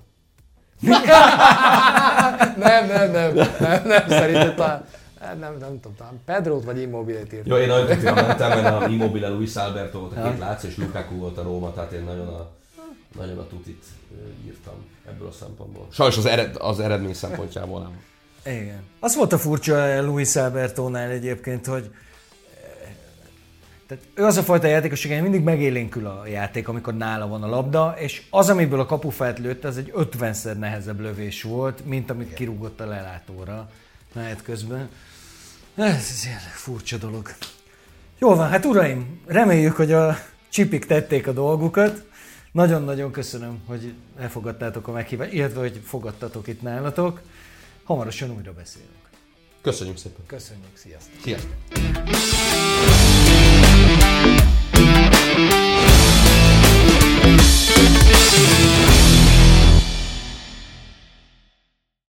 nem, szerintem nem tudom, talán Pedrót vagy Immobilét írtam. Jó, én nagyon tudtam mentem, mert a Immobile Luis Alberto volt a 2 Láció, és Lukaku volt a Róma, tehát én nagyon a tutit írtam ebből a szempontból. Sajnos az eredmény szempontjából nem. Igen. Az volt a furcsa Luis Albertónál egyébként, hogy tehát ő az a fajta játékos, hogy mindig megélénkül a játék, amikor nála van a labda, és az, amiből a kapufát lőtte, az egy 50-szer nehezebb lövés volt, mint amit kirúgott a lelátóra menet közben. Ez ilyen furcsa dolog. Jól van, hát uraim, reméljük, hogy a csipik tették a dolgukat. Nagyon-nagyon köszönöm, hogy elfogadtátok a meghívást, illetve hogy fogadtatok itt nálatok. Hamarosan újra beszélünk. Köszönjük szépen. Köszönjük, sziasztok. Sziasztok.